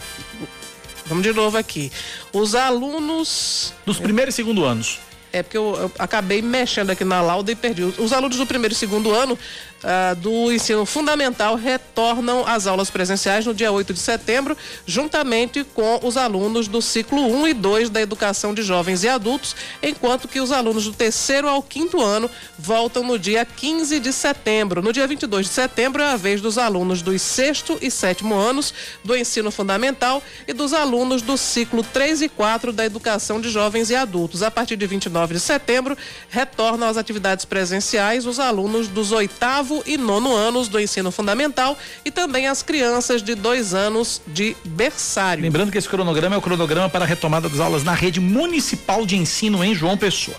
vamos de novo aqui. Os alunos... Dos primeiro e segundo anos. É porque eu, eu acabei mexendo aqui na lauda e perdi. Os, os alunos do primeiro e segundo ano uh, do ensino fundamental retornam às aulas presenciais no dia oito de setembro, juntamente com os alunos do ciclo um e dois da educação de jovens e adultos, enquanto que os alunos do terceiro ao quinto ano voltam no dia quinze de setembro. No dia vinte e dois de setembro é a vez dos alunos dos sexto e sétimo anos do ensino fundamental e dos alunos do ciclo três e quatro da educação de jovens e adultos. A partir de vinte e nove de setembro, retornam às atividades presenciais os alunos dos oitavo e nono anos do ensino fundamental e também as crianças de dois anos de berçário. Lembrando que esse cronograma é o cronograma para a retomada das aulas na rede municipal de ensino em João Pessoa.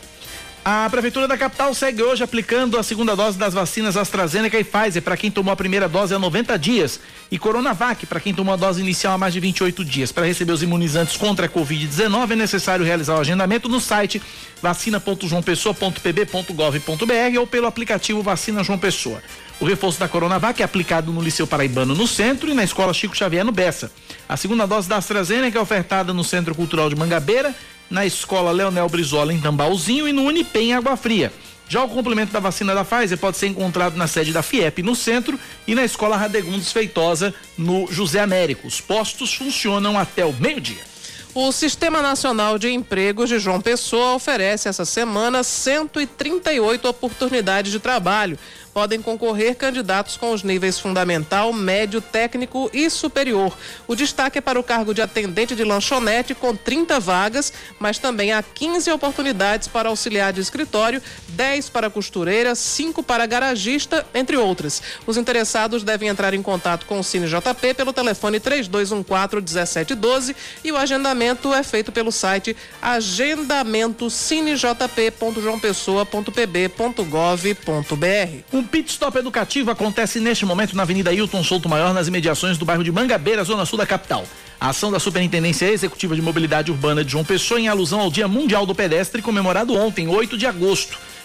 A Prefeitura da capital segue hoje aplicando a segunda dose das vacinas AstraZeneca e Pfizer para quem tomou a primeira dose há noventa dias e Coronavac para quem tomou a dose inicial há mais de vinte e oito dias. Para receber os imunizantes contra a covid dezenove é necessário realizar o agendamento no site vacina ponto joão pessoa ponto p b ponto gov ponto b r ou pelo aplicativo Vacina João Pessoa. O reforço da Coronavac é aplicado no Liceu Paraibano no centro e na Escola Chico Xavier no Bessa. A segunda dose da AstraZeneca é ofertada no Centro Cultural de Mangabeira, na Escola Leonel Brizola em Tambaúzinho e no Unipem em Água Fria. Já o complemento da vacina da Pfizer pode ser encontrado na sede da FIEP no centro e na Escola Radegundes Feitosa no José Américo. Os postos funcionam até o meio-dia. O Sistema Nacional de Empregos de João Pessoa oferece essa semana cento e trinta e oito oportunidades de trabalho. Podem concorrer candidatos com os níveis fundamental, médio, técnico e superior. O destaque é para o cargo de atendente de lanchonete com trinta vagas, mas também há quinze oportunidades para auxiliar de escritório, dez para costureira, cinco para garagista, entre outras. Os interessados devem entrar em contato com o Cine J P pelo telefone três dois um quatro um sete um dois e o agendamento é feito pelo site agendamento cinejp ponto joão pessoa ponto p b ponto gov ponto b r. Um pit stop educativo acontece neste momento na Avenida Hilton Souto Maior, nas imediações do bairro de Mangabeira, zona sul da capital. A ação da Superintendência Executiva de Mobilidade Urbana de João Pessoa em alusão ao Dia Mundial do Pedestre, comemorado ontem, oito de agosto.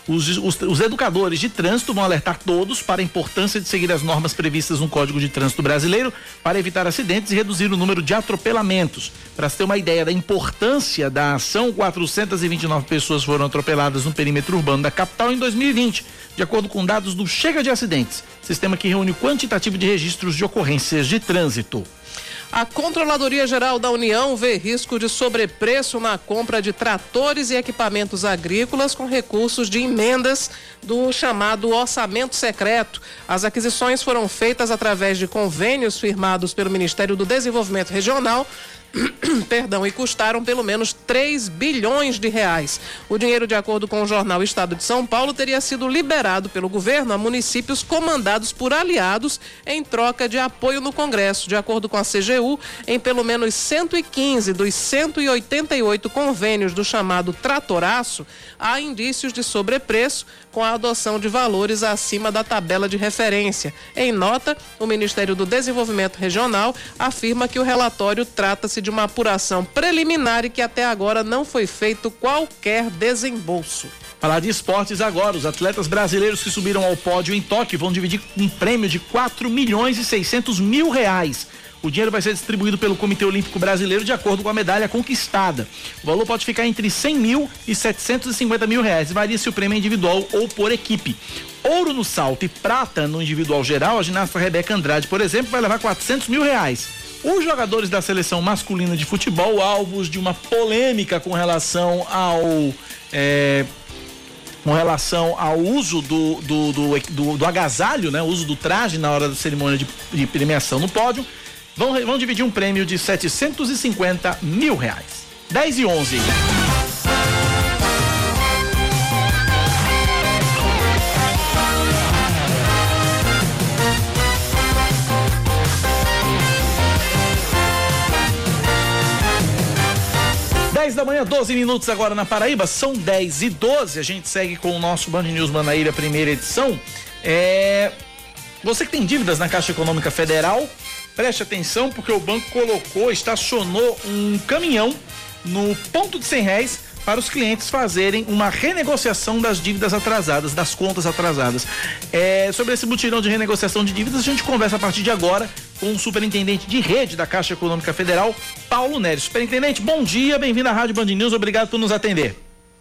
Os, os, os educadores de trânsito vão alertar todos para a importância de seguir as normas previstas no Código de Trânsito Brasileiro para evitar acidentes e reduzir o número de atropelamentos. Para se ter uma ideia da importância da ação, quatrocentas e vinte e nove pessoas foram atropeladas no perímetro urbano da capital em dois mil e vinte, de acordo com dados do Chega de Acidentes, sistema que reúne o quantitativo de registros de ocorrências de trânsito. A Controladoria Geral da União vê risco de sobrepreço na compra de tratores e equipamentos agrícolas com recursos de emendas do chamado orçamento secreto. As aquisições foram feitas através de convênios firmados pelo Ministério do Desenvolvimento Regional, perdão, e custaram pelo menos três bilhões de reais. O dinheiro, de acordo com o jornal Estado de São Paulo, teria sido liberado pelo governo a municípios comandados por aliados em troca de apoio no Congresso. De acordo com a C G U, em pelo menos cento e quinze dos cento e oitenta e oito convênios do chamado Tratoraço, há indícios de sobrepreço com a adoção de valores acima da tabela de referência. Em nota, o Ministério do Desenvolvimento Regional afirma que o relatório trata-se de uma apuração preliminar e que até agora não foi feito qualquer desembolso. Falar de esportes agora, os atletas brasileiros que subiram ao pódio em Tóquio vão dividir um prêmio de quatro milhões e seiscentos mil reais. O dinheiro vai ser distribuído pelo Comitê Olímpico Brasileiro de acordo com a medalha conquistada. O valor pode ficar entre cem mil e setecentos e cinquenta mil reais. Varia se o prêmio é individual ou por equipe. Ouro no salto e prata no individual geral, a ginasta Rebeca Andrade, por exemplo, vai levar quatrocentos mil reais. Os jogadores da seleção masculina de futebol, alvos de uma polêmica com relação ao é, com relação ao uso do, do, do, do, do agasalho, né? O uso do traje na hora da cerimônia de, de premiação no pódio, vão, vão dividir um prêmio de setecentos e cinquenta mil reais. dez e onze. dez da manhã, doze minutos agora na Paraíba, são dez e doze. A gente segue com o nosso Band News Manaíra, primeira edição. É... Você que tem dívidas na Caixa Econômica Federal, preste atenção, porque o banco colocou, estacionou um caminhão no ponto de cem réis para os clientes fazerem uma renegociação das dívidas atrasadas, das contas atrasadas. É, sobre esse mutirão de renegociação de dívidas, a gente conversa a partir de agora com o superintendente de rede da Caixa Econômica Federal, Paulo Nery. Superintendente, bom dia, bem-vindo à Rádio Band News, obrigado por nos atender.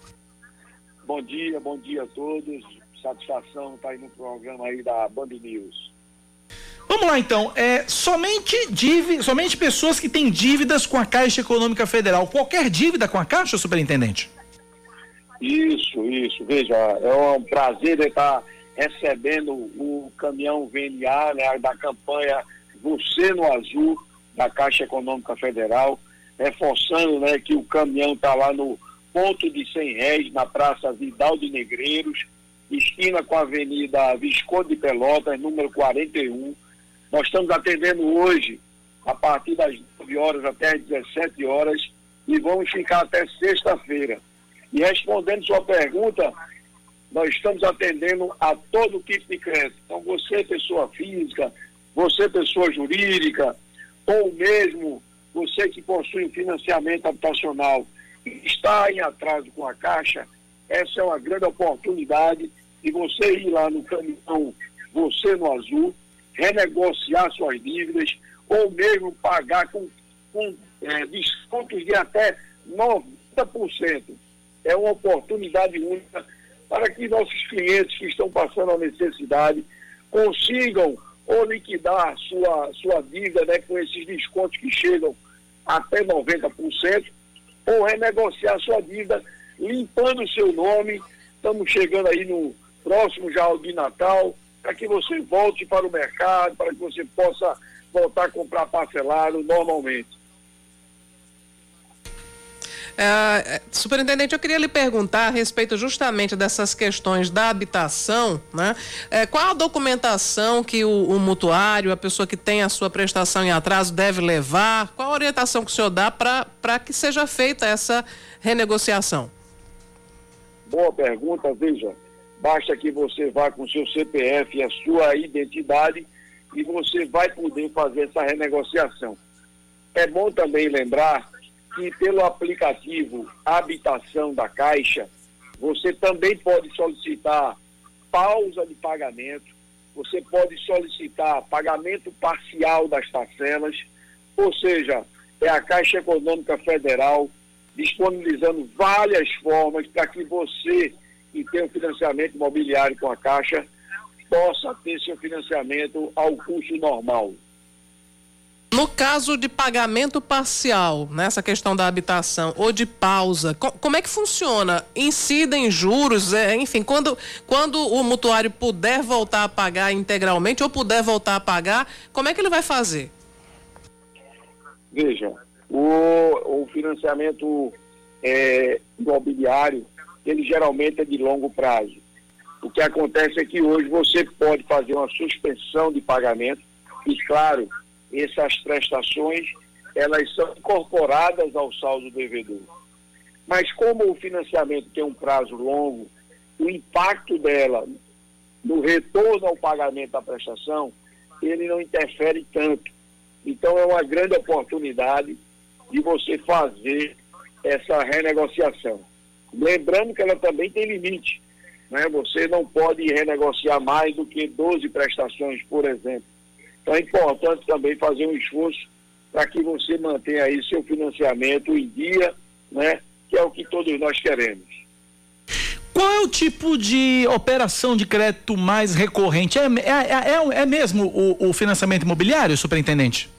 Bom dia, bom dia a todos, satisfação estar aí no programa aí da Band News. Vamos lá então, é, somente, dívida, somente pessoas que têm dívidas com a Caixa Econômica Federal, qualquer dívida com a Caixa, superintendente? Isso, isso, veja, é um prazer estar recebendo o caminhão V N A, né, da campanha Você no Azul, da Caixa Econômica Federal, reforçando, né, que o caminhão está lá no ponto de cem réis, na Praça Vidal de Negreiros, esquina com a Avenida Visconde de Pelotas, número quarenta e um. Nós estamos atendendo hoje, a partir das nove horas até as dezessete horas, e vamos ficar até sexta-feira. E respondendo sua pergunta, nós estamos atendendo a todo tipo de crédito. Então, você, pessoa física, você, pessoa jurídica, ou mesmo você que possui um financiamento habitacional e está em atraso com a Caixa, essa é uma grande oportunidade de você ir lá no caminhão Você no Azul, renegociar suas dívidas, ou mesmo pagar com, com é, descontos de até noventa por cento. É uma oportunidade única para que nossos clientes que estão passando a necessidade consigam ou liquidar sua, sua dívida, né, com esses descontos que chegam até noventa por cento, ou renegociar sua dívida limpando o seu nome. Estamos chegando aí no próximo já de Natal, para que você volte para o mercado, para que você possa voltar a comprar parcelado normalmente. É, superintendente, eu queria lhe perguntar a respeito justamente dessas questões da habitação, né? É, qual a documentação que o, o mutuário, a pessoa que tem a sua prestação em atraso deve levar? Qual a orientação que o senhor dá para que seja feita essa renegociação? Boa pergunta, veja. Basta que você vá com seu C P F e a sua identidade e você vai poder fazer essa renegociação. É bom também lembrar que pelo aplicativo Habitação da Caixa, Você também pode solicitar pausa de pagamento, você pode solicitar pagamento parcial das parcelas, ou seja, é a Caixa Econômica Federal disponibilizando várias formas para que você, que tem um financiamento imobiliário com a Caixa, possa ter seu financiamento ao custo normal. No caso de pagamento parcial, nessa questão da habitação, ou de pausa, co- como é que funciona? Incidem juros, é, enfim, quando, quando o mutuário puder voltar a pagar integralmente ou puder voltar a pagar, como é que ele vai fazer? Veja, o, o financiamento é, imobiliário, ele geralmente é de longo prazo. O que acontece é que hoje você pode fazer uma suspensão de pagamento e, claro, essas prestações, elas são incorporadas ao saldo devedor. Mas como o financiamento tem um prazo longo, o impacto dela no retorno ao pagamento da prestação, ele não interfere tanto. Então é uma grande oportunidade de você fazer essa renegociação. Lembrando que ela também tem limite, né? Você não pode renegociar mais do que doze prestações, por exemplo. Então é importante também fazer um esforço para que você mantenha aí seu financiamento em dia, né? Que é o que todos nós queremos. Qual é o tipo de operação de crédito mais recorrente? É, é, é, é mesmo o, o financiamento imobiliário, superintendente?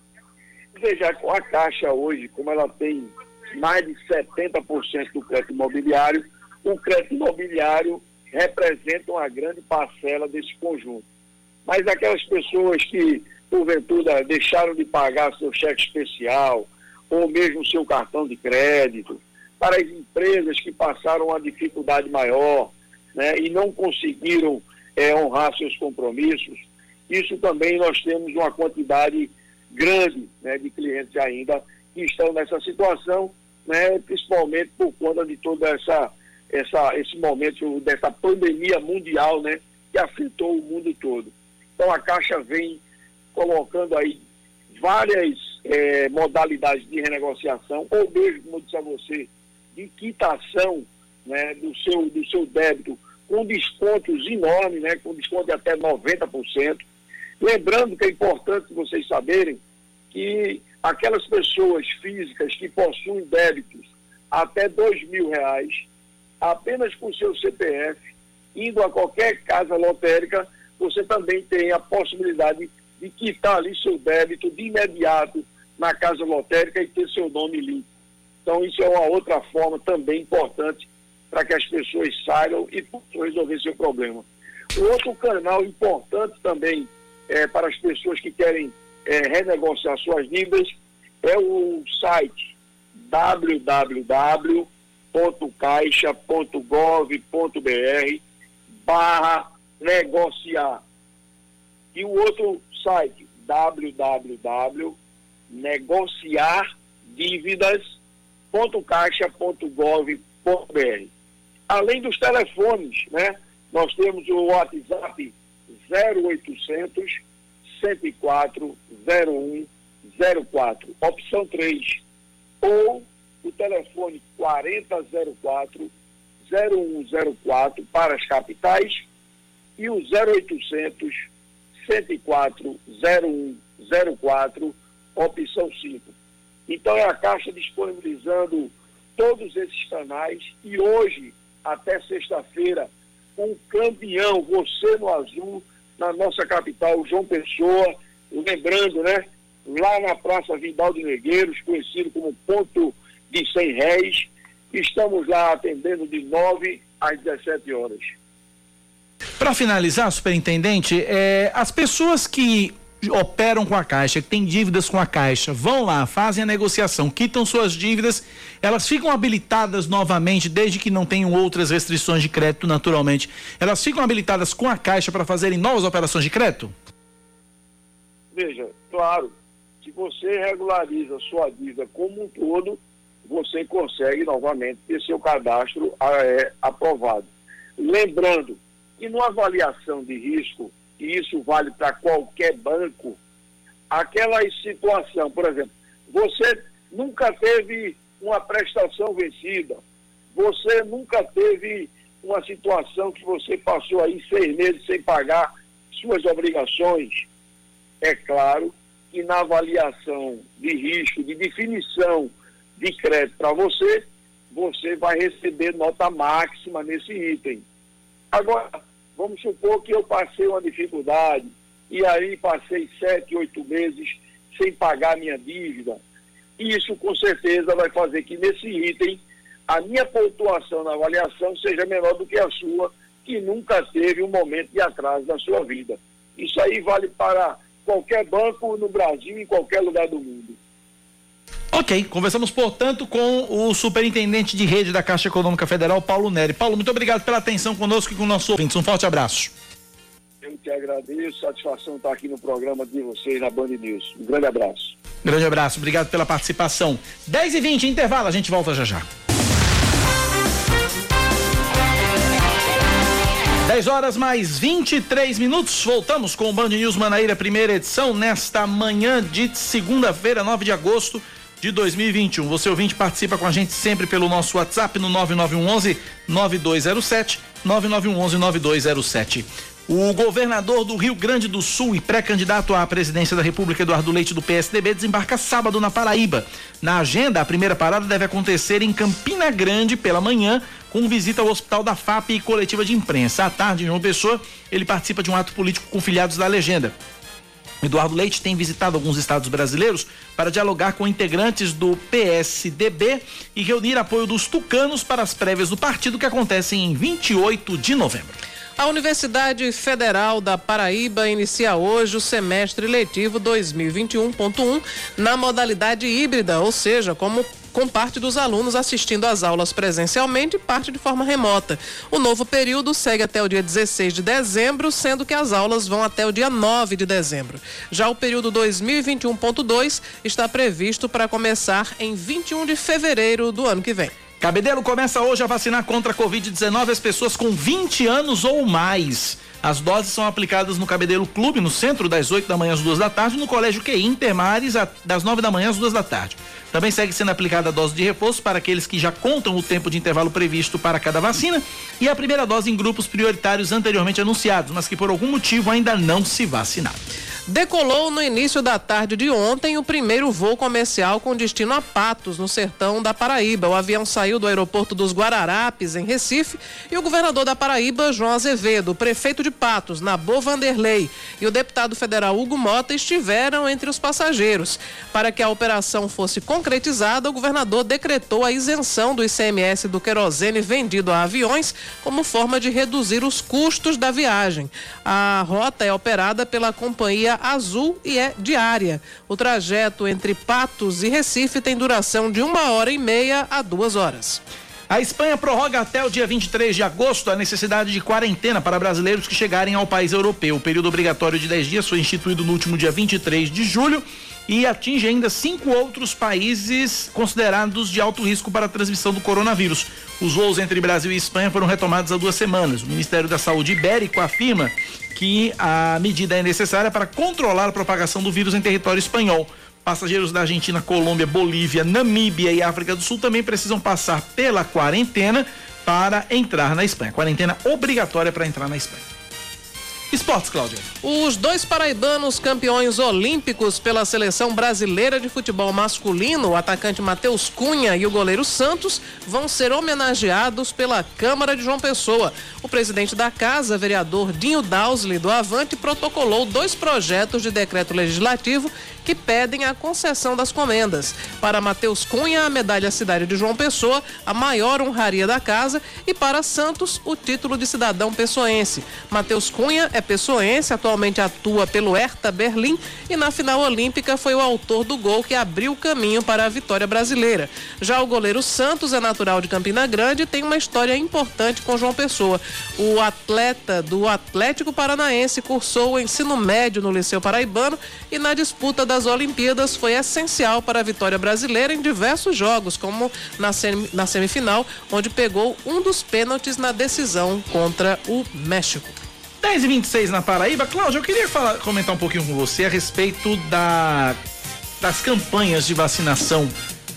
Veja, com a Caixa hoje, como ela tem mais de setenta por cento do crédito imobiliário, o crédito imobiliário representa uma grande parcela desse conjunto. Mas aquelas pessoas que, porventura, deixaram de pagar seu cheque especial, ou mesmo seu cartão de crédito, para as empresas que passaram uma dificuldade maior, né, e não conseguiram é, honrar seus compromissos, isso também nós temos uma quantidade grande, né, de clientes ainda que estão nessa situação, né, principalmente por conta de toda essa, essa esse momento dessa pandemia mundial, né, que afetou o mundo todo. Então a Caixa vem colocando aí várias eh, modalidades de renegociação, ou mesmo, como eu disse a você, de quitação, né, do seu, do seu débito, com descontos enormes, né, com desconto de até noventa por cento. Lembrando que é importante vocês saberem que aquelas pessoas físicas que possuem débitos até dois mil reais, apenas com seu C P F, indo a qualquer casa lotérica, você também tem a possibilidade de quitar ali seu débito de imediato na casa lotérica e ter seu nome limpo. Então isso é uma outra forma também importante para que as pessoas saibam e possam resolver seu problema. O outro canal importante também é, para as pessoas que querem é, renegociar suas dívidas é o site w w w ponto caixa ponto gov ponto b r barra negociar. E o outro site, w w w ponto negociar dívidas ponto caixa ponto gov ponto b r. Além dos telefones, né, nós temos o WhatsApp zero oitocentos, cento e quatro, zero um zero quatro, opção três, ou o telefone quarenta zero quatro, zero um zero quatro para as capitais e o zero oitocentos, cento e quatro, zero um zero quatro, opção cinco. Então é a Caixa disponibilizando todos esses canais e hoje, até sexta-feira, um campeão, você no azul, na nossa capital, João Pessoa, lembrando, né, lá na Praça Vidal de Negreiros, conhecido como Ponto de cem réis, estamos lá atendendo de nove às dezessete horas. Para finalizar, superintendente, é, as pessoas que operam com a Caixa, que têm dívidas com a Caixa, vão lá, fazem a negociação, quitam suas dívidas, elas ficam habilitadas novamente, desde que não tenham outras restrições de crédito, naturalmente. Elas ficam habilitadas com a Caixa para fazerem novas operações de crédito? Veja, claro, se você regulariza sua dívida como um todo, você consegue novamente ter seu cadastro é, aprovado. Lembrando que numa avaliação de risco, e isso vale para qualquer banco, aquela situação, por exemplo, você nunca teve uma prestação vencida, Você nunca teve uma situação que você passou aí seis meses sem pagar suas obrigações? É claro que na avaliação de risco, de definição de crédito para você, você vai receber nota máxima nesse item. Agora, vamos supor que eu passei uma dificuldade e aí passei sete, oito meses sem pagar minha dívida. Isso com certeza vai fazer que nesse item a minha pontuação na avaliação seja menor do que a sua, que nunca teve um momento de atraso na sua vida. Isso aí vale para qualquer banco no Brasil e em qualquer lugar do mundo. Ok, conversamos, portanto, com o superintendente de rede da Caixa Econômica Federal, Paulo Neri. Paulo, muito obrigado pela atenção conosco e com o nosso ouvinte. Um forte abraço. Eu que agradeço, satisfação estar aqui no programa de vocês na Band News. Um grande abraço. Grande abraço, obrigado pela participação. dez e vinte, intervalo, a gente volta já já. dez horas mais vinte e três minutos, voltamos com o Band News Manaíra, primeira edição, nesta manhã de segunda-feira, nove de agosto de dois mil e vinte e um. Você ouvinte participa com a gente sempre pelo nosso WhatsApp no nove nove um um nove dois zero sete, nove nove um um nove dois zero sete. O governador do Rio Grande do Sul e pré-candidato à presidência da República, Eduardo Leite, do P S D B, desembarca sábado na Paraíba. Na agenda, a primeira parada deve acontecer em Campina Grande pela manhã, com visita ao Hospital da F A P e coletiva de imprensa. À tarde, em João Pessoa, ele participa de um ato político com filiados da legenda. Eduardo Leite tem visitado alguns estados brasileiros para dialogar com integrantes do P S D B e reunir apoio dos tucanos para as prévias do partido que acontecem em vinte e oito de novembro. A Universidade Federal da Paraíba inicia hoje o semestre letivo dois mil e vinte e um ponto um na modalidade híbrida, ou seja, como com parte dos alunos assistindo às aulas presencialmente e parte de forma remota. O novo período segue até o dia dezesseis de dezembro, sendo que as aulas vão até o dia nove de dezembro. Já o período dois mil e vinte e um ponto dois está previsto para começar em vinte e um de fevereiro do ano que vem. Cabedelo começa hoje a vacinar contra a covid dezenove as pessoas com vinte anos ou mais. As doses são aplicadas no Cabedelo Clube, no centro, das oito da manhã às duas da tarde, no Colégio Q I Intermares, das nove da manhã às duas da tarde. Também segue sendo aplicada a dose de reforço para aqueles que já contam o tempo de intervalo previsto para cada vacina e a primeira dose em grupos prioritários anteriormente anunciados, mas que por algum motivo ainda não se vacinaram. Decolou no início da tarde de ontem o primeiro voo comercial com destino a Patos, no sertão da Paraíba. O avião saiu do aeroporto dos Guararapes, em Recife, e o governador da Paraíba, João Azevedo, o prefeito de Patos, Nabô Vanderlei, e o deputado federal Hugo Mota estiveram entre os passageiros. Para que a operação fosse concretizada, o governador decretou a isenção do I C M S do querosene vendido a aviões como forma de reduzir os custos da viagem. A rota é operada pela companhia Azul e é diária. O trajeto entre Patos e Recife tem duração de uma hora e meia a duas horas. A Espanha prorroga até o dia vinte e três de agosto a necessidade de quarentena para brasileiros que chegarem ao país europeu. O período obrigatório de dez dias foi instituído no último dia vinte e três de julho e atinge ainda cinco outros países considerados de alto risco para a transmissão do coronavírus. Os voos entre Brasil e Espanha foram retomados há duas semanas. O Ministério da Saúde Ibérico afirma que a medida é necessária para controlar a propagação do vírus em território espanhol. Passageiros da Argentina, Colômbia, Bolívia, Namíbia e África do Sul também precisam passar pela quarentena para entrar na Espanha. Quarentena obrigatória para entrar na Espanha. Esportes, Cláudia. Os dois paraibanos campeões olímpicos pela seleção brasileira de futebol masculino, o atacante Matheus Cunha e o goleiro Santos, vão ser homenageados pela Câmara de João Pessoa. O presidente da casa, vereador Dinho Dausley, do Avante, protocolou dois projetos de decreto legislativo que pedem a concessão das comendas. Para Matheus Cunha, a medalha Cidade de João Pessoa, a maior honraria da casa, e para Santos, o título de cidadão pessoense. Matheus Cunha é pessoense, atualmente atua pelo Hertha Berlim e na final olímpica foi o autor do gol que abriu o caminho para a vitória brasileira. Já o goleiro Santos é natural de Campina Grande e tem uma história importante com João Pessoa. O atleta do Atlético Paranaense cursou o ensino médio no Liceu Paraibano e na disputa das Olimpíadas foi essencial para a vitória brasileira em diversos jogos, como na, sem, na semifinal, onde pegou um dos pênaltis na decisão contra o México. dez e vinte e seis na Paraíba. Cláudio, eu queria falar, comentar um pouquinho com você a respeito da, das campanhas de vacinação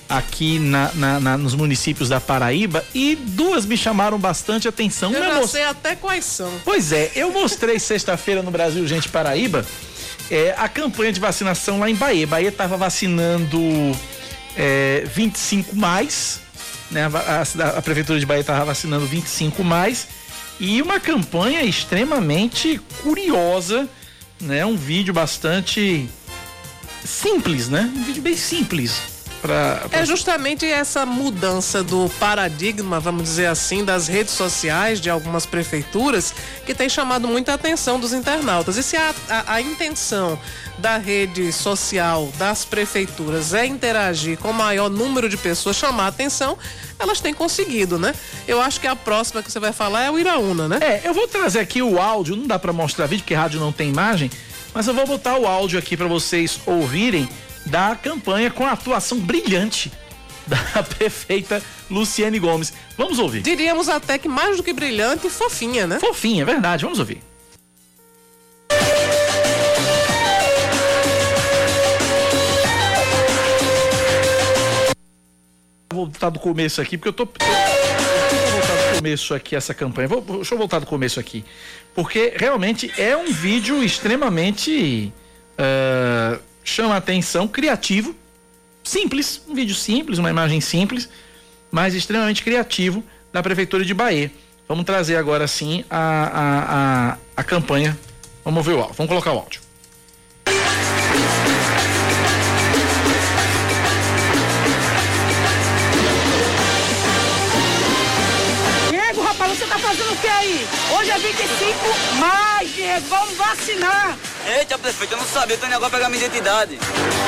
aqui na, na, na, nos municípios da Paraíba, e duas me chamaram bastante atenção. Eu Uma já mo- sei até quais são. Pois é, eu mostrei sexta-feira no Brasil Gente Paraíba é, a campanha de vacinação lá em Bahia. Bahia estava vacinando é, vinte e cinco mais, né? A, a, a Prefeitura de Bahia estava vacinando vinte e cinco mais, e uma campanha extremamente curiosa, né? Um vídeo bastante simples, né? Um vídeo bem simples. Pra, pra... É justamente essa mudança do paradigma, vamos dizer assim, das redes sociais de algumas prefeituras que tem chamado muita atenção dos internautas. E se a, a, a intenção da rede social das prefeituras é interagir com o maior número de pessoas, chamar a atenção, elas têm conseguido, né? Eu acho que a próxima que você vai falar é o Iraúna, né? É, eu vou trazer aqui o áudio, não dá pra mostrar vídeo porque rádio não tem imagem, mas eu vou botar o áudio aqui pra vocês ouvirem da campanha com a atuação brilhante da prefeita Luciene Gomes. Vamos ouvir. Diríamos até que mais do que brilhante, fofinha, né? Fofinha, é verdade. Vamos ouvir. Vou voltar do começo aqui, porque eu tô... Vou voltar do começo aqui essa campanha. Vou, deixa eu voltar do começo aqui. Porque realmente é um vídeo extremamente... Uh, chama a atenção, criativo, simples, um vídeo simples, uma imagem simples, mas extremamente criativo da Prefeitura de Bahia. Vamos trazer agora sim a, a, a, a campanha. Vamos ver o áudio, vamos colocar o áudio. Diego, rapaz, você tá fazendo o que aí? Hoje é vinte e cinco mais, Diego, vamos vacinar. Eita, prefeito, eu não sabia, eu tô indo agora pegar minha identidade.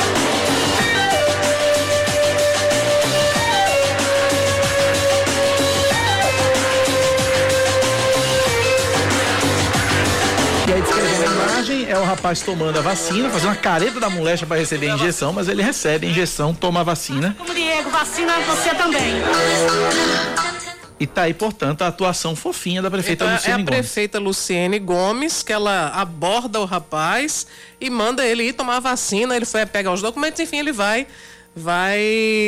E aí descrevendo a imagem, é o rapaz tomando a vacina, fazendo uma careta da molecha para receber a injeção, mas ele recebe a injeção, toma a vacina. Como Diego, vacina você também. E tá aí, portanto, a atuação fofinha da prefeita Então, Luciene Gomes. É a prefeita Luciene Gomes, que ela aborda o rapaz e manda ele ir tomar a vacina, ele foi pegar os documentos, enfim, ele vai... vai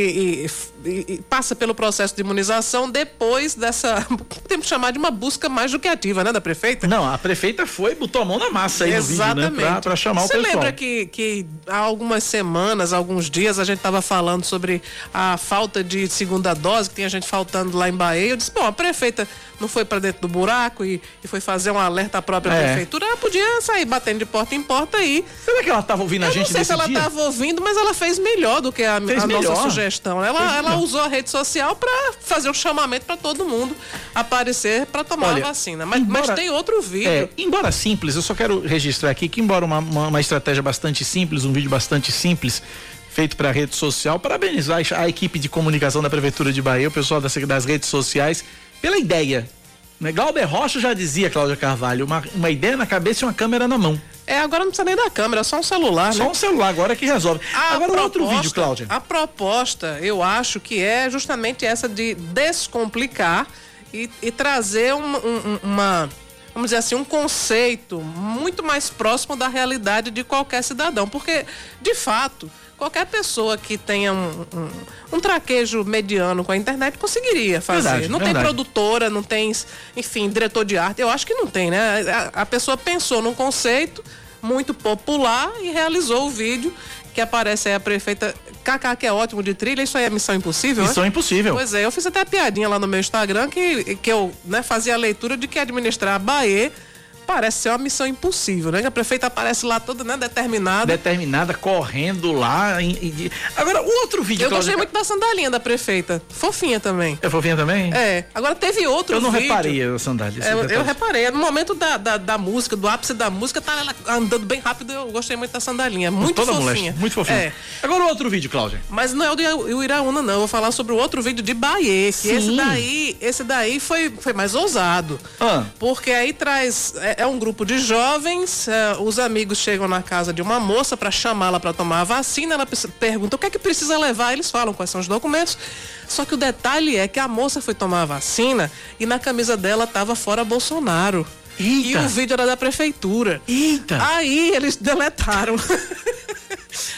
e, e, e passa pelo processo de imunização depois dessa, podemos chamar de uma busca mais do que ativa, né, da prefeita? Não, a prefeita foi, botou a mão na massa aí Exatamente. no vídeo, né, pra, pra chamar Você o pessoal. Você lembra que, que há algumas semanas, alguns dias, a gente estava falando sobre a falta de segunda dose, que tinha gente faltando lá em Bahia. Eu disse, bom, a prefeita não foi para dentro do buraco e, e foi fazer um alerta à própria É. prefeitura, ela podia sair batendo de porta em porta aí. Será que ela estava ouvindo a Eu gente não sei se nesse ela dia? estava ouvindo, mas ela fez melhor do que a, a Fez melhor. nossa sugestão. Ela, Fez ela melhor. usou a rede social para fazer um chamamento para todo mundo aparecer para tomar Olha, a vacina. Mas, embora- mas tem outro vídeo. É, embora simples, eu só quero registrar aqui que, embora uma, uma, uma estratégia bastante simples, um vídeo bastante simples, feito para rede social, parabenizar a equipe de comunicação da Prefeitura de Bahia, o pessoal das, das redes sociais, pela ideia. Né? Glauber Rocha já dizia, Cláudia Carvalho, uma, uma ideia na cabeça e uma câmera na mão. É, agora não precisa nem da câmera, é só um celular, Só né? um celular agora que resolve. A agora o outro proposta- vídeo, Cláudia. A proposta, eu acho que é justamente essa de descomplicar e, e trazer um- um- uma, vamos dizer assim, um conceito muito mais próximo da realidade de qualquer cidadão. Porque, de fato, qualquer pessoa que tenha um, um, um traquejo mediano com a internet conseguiria fazer. Verdade, não verdade. tem produtora, não tem, enfim, diretor de arte. Eu acho que não tem, né? A, a pessoa pensou num conceito muito popular e realizou o vídeo que aparece aí a prefeita Cacá, que é ótimo de trilha. Isso aí é Missão Impossível, Missão né? Impossível. Pois é, eu fiz até a piadinha lá no meu Instagram que, que eu né, fazia a leitura de que administrar a Bahia parece ser uma missão impossível, né? Que a prefeita aparece lá toda, né, determinada. Determinada, correndo lá. Em, em- Agora, o outro vídeo, Eu Cláudia. gostei muito da sandalinha da prefeita. Fofinha também. É fofinha também? É. Agora teve outro Eu não vídeo. reparei a sandália. esse É, eu, detalhe. eu reparei, no momento da, da, da música, do ápice da música, tá ela andando bem rápido, eu gostei muito da sandalinha, muito Toda fofinha. moléstia, muito fofinha. É, Agora o outro vídeo, Cláudia. mas não é o de o Iraúna, não, eu vou falar sobre o outro vídeo de Bahia, que Sim. esse daí, esse daí foi, foi mais ousado, Ah. porque aí traz, é, é um grupo de jovens, é, os amigos chegam na casa de uma moça para chamá-la para tomar a vacina, ela pe- pergunta o que é que precisa levar, eles falam quais são os documentos, só que o detalhe é que a moça foi tomar a vacina e na camisa dela tava fora Bolsonaro. E Eita. o vídeo era da prefeitura. Eita. Aí eles deletaram.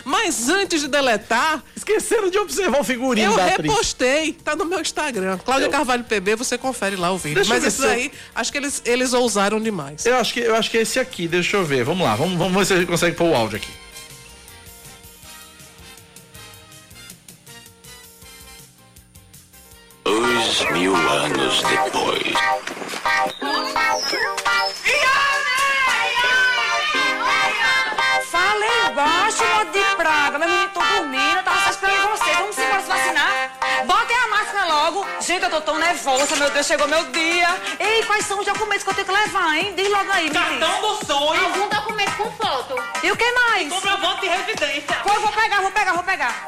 Mas antes de deletar... Esqueceram de observar o figurino eu da atriz. repostei, tá no meu Instagram. Cláudia eu... Carvalho P B, você confere lá o vídeo. Deixa Mas isso aí, eu... acho que eles, eles ousaram demais. Eu acho, que, eu acho que é esse aqui, deixa eu ver. Vamos lá, vamos, vamos ver se a gente consegue pôr o áudio aqui. Dois mil anos depois. Falei baixo, modo de praga. Meu menino, tô dormindo, eu tava só esperando vocês. Vamos embora se vacinar? Botem a máscara logo. Gente, eu tô tão nervosa, meu Deus, chegou meu dia. Ei, quais são os documentos que eu tenho que levar, hein? Diz logo aí, Cartão do sonho. Algum documento com foto. E o que mais? Comprovante de residência. Pô, vou pegar, vou pegar, vou pegar.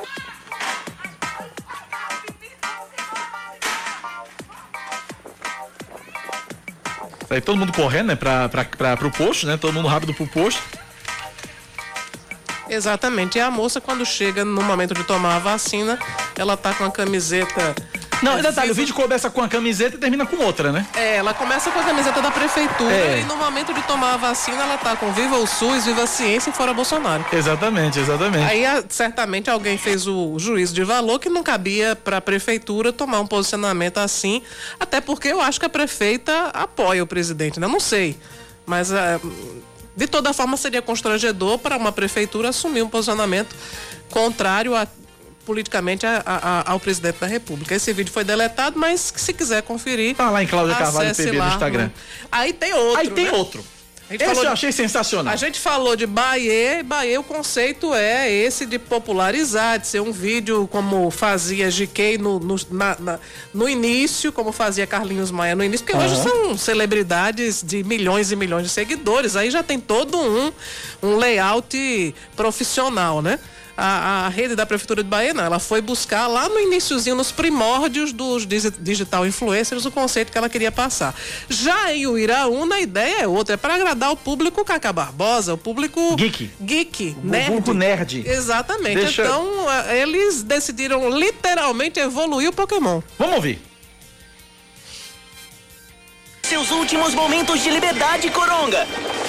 Aí todo mundo correndo, né, pra, pra, pra, pro posto, né? Todo mundo rápido pro posto. Exatamente. E a moça, quando chega no momento de tomar a vacina, ela tá com a camiseta... Não, detalhe, o vídeo começa com a camiseta e termina com outra, né? É, ela começa com a camiseta da prefeitura é. e no momento de tomar a vacina, ela tá com Viva o SUS, Viva a Ciência e Fora Bolsonaro. Exatamente, exatamente. Aí, certamente, alguém fez o juízo de valor que não cabia pra prefeitura tomar um posicionamento assim, até porque eu acho que a prefeita apoia o presidente, né? Eu não sei, mas... Uh, de toda forma, seria constrangedor para uma prefeitura assumir um posicionamento contrário a, politicamente a, a, ao presidente da República. Esse vídeo foi deletado, mas se quiser conferir... Tá lá em Cláudia Carvalho P B no Instagram. No... Aí tem outro, Aí tem né? outro. Esse eu de... achei sensacional. A gente falou de Bahia, Bahia o conceito é esse de popularizar, de ser um vídeo como fazia G K no, no, na, na, no início, como fazia Carlinhos Maia no início, porque uhum. hoje são celebridades de milhões e milhões de seguidores, aí já tem todo um, um layout profissional, né? A, a rede da Prefeitura de Bahia, não, ela foi buscar lá no iniciozinho, nos primórdios dos digital influencers, o conceito que ela queria passar. Já em Uiraúna, a ideia é outra, é para agradar o público Cacá Barbosa, o público... Geek. Geek, o nerd. público nerd. Exatamente. Deixa... Então, eles decidiram literalmente evoluir o Pokémon. Vamos ouvir. Seus últimos momentos de liberdade, Coronga.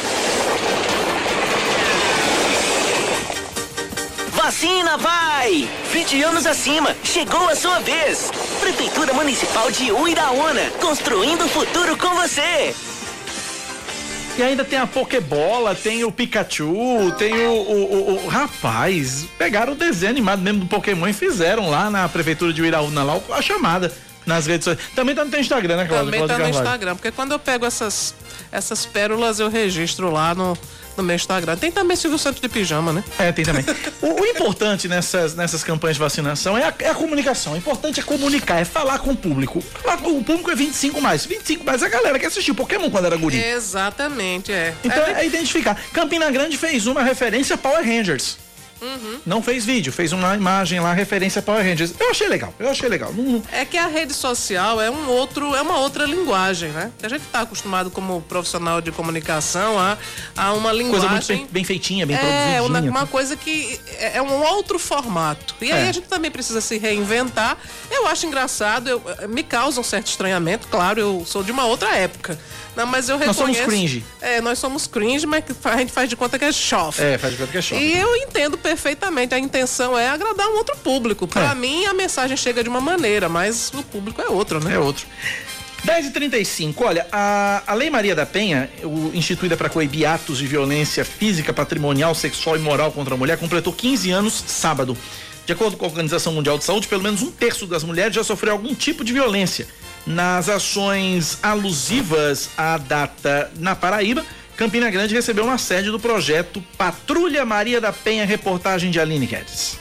Vacina, vai! vinte anos acima, chegou a sua vez! Prefeitura Municipal de Uiraúna, construindo o futuro com você! E ainda tem a Pokébola, tem o Pikachu, tem o, o, o, o... Rapaz, pegaram o desenho animado mesmo do Pokémon e fizeram lá na Prefeitura de Uiraúna, lá a chamada nas redes sociais. Também tá no teu Instagram, né, Cláudia? Também Cláudia tá no Carvalho. Instagram, porque quando eu pego essas, essas pérolas, eu registro lá no... no meu Instagram. Tem também Silvio Santos de pijama, né? É, tem também. o, o importante nessas, nessas campanhas de vacinação é a, é a comunicação. O importante é comunicar, é falar com o público. Falar com o público é vinte e cinco mais. vinte e cinco mais é a galera que assistiu Pokémon quando era guri. Exatamente, é. Então é, é, é identificar. Campina Grande fez uma referência a Power Rangers. Uhum. Não fez vídeo, fez uma imagem lá, referência a Power Rangers. Eu achei legal, eu achei legal. Não... É que a rede social é um outro, é uma outra linguagem, né? A gente está acostumado como profissional de comunicação a, a uma linguagem... Coisa muito bem, bem feitinha, bem é, produzidinha. É, uma, uma coisa que é, é um outro formato. E aí é. a gente também precisa se reinventar. Eu acho engraçado, eu, me causa um certo estranhamento, claro, eu sou de uma outra época. Não, mas eu reconheço... Nós somos cringe. É, nós somos cringe, mas a gente faz de conta que é chofe. É, faz de conta que é chofe. E eu entendo perfeitamente, a intenção é agradar um outro público. Pra é. mim, a mensagem chega de uma maneira, mas o público é outro, né? É outro. dez e trinta e cinco, olha, a, a Lei Maria da Penha, o, instituída para coibir atos de violência física, patrimonial, sexual e moral contra a mulher, completou quinze anos sábado. De acordo com a Organização Mundial de Saúde, pelo menos um terço das mulheres já sofreu algum tipo de violência. Nas ações alusivas à data na Paraíba, Campina Grande recebeu uma sede do projeto Patrulha Maria da Penha, reportagem de Aline Guedes.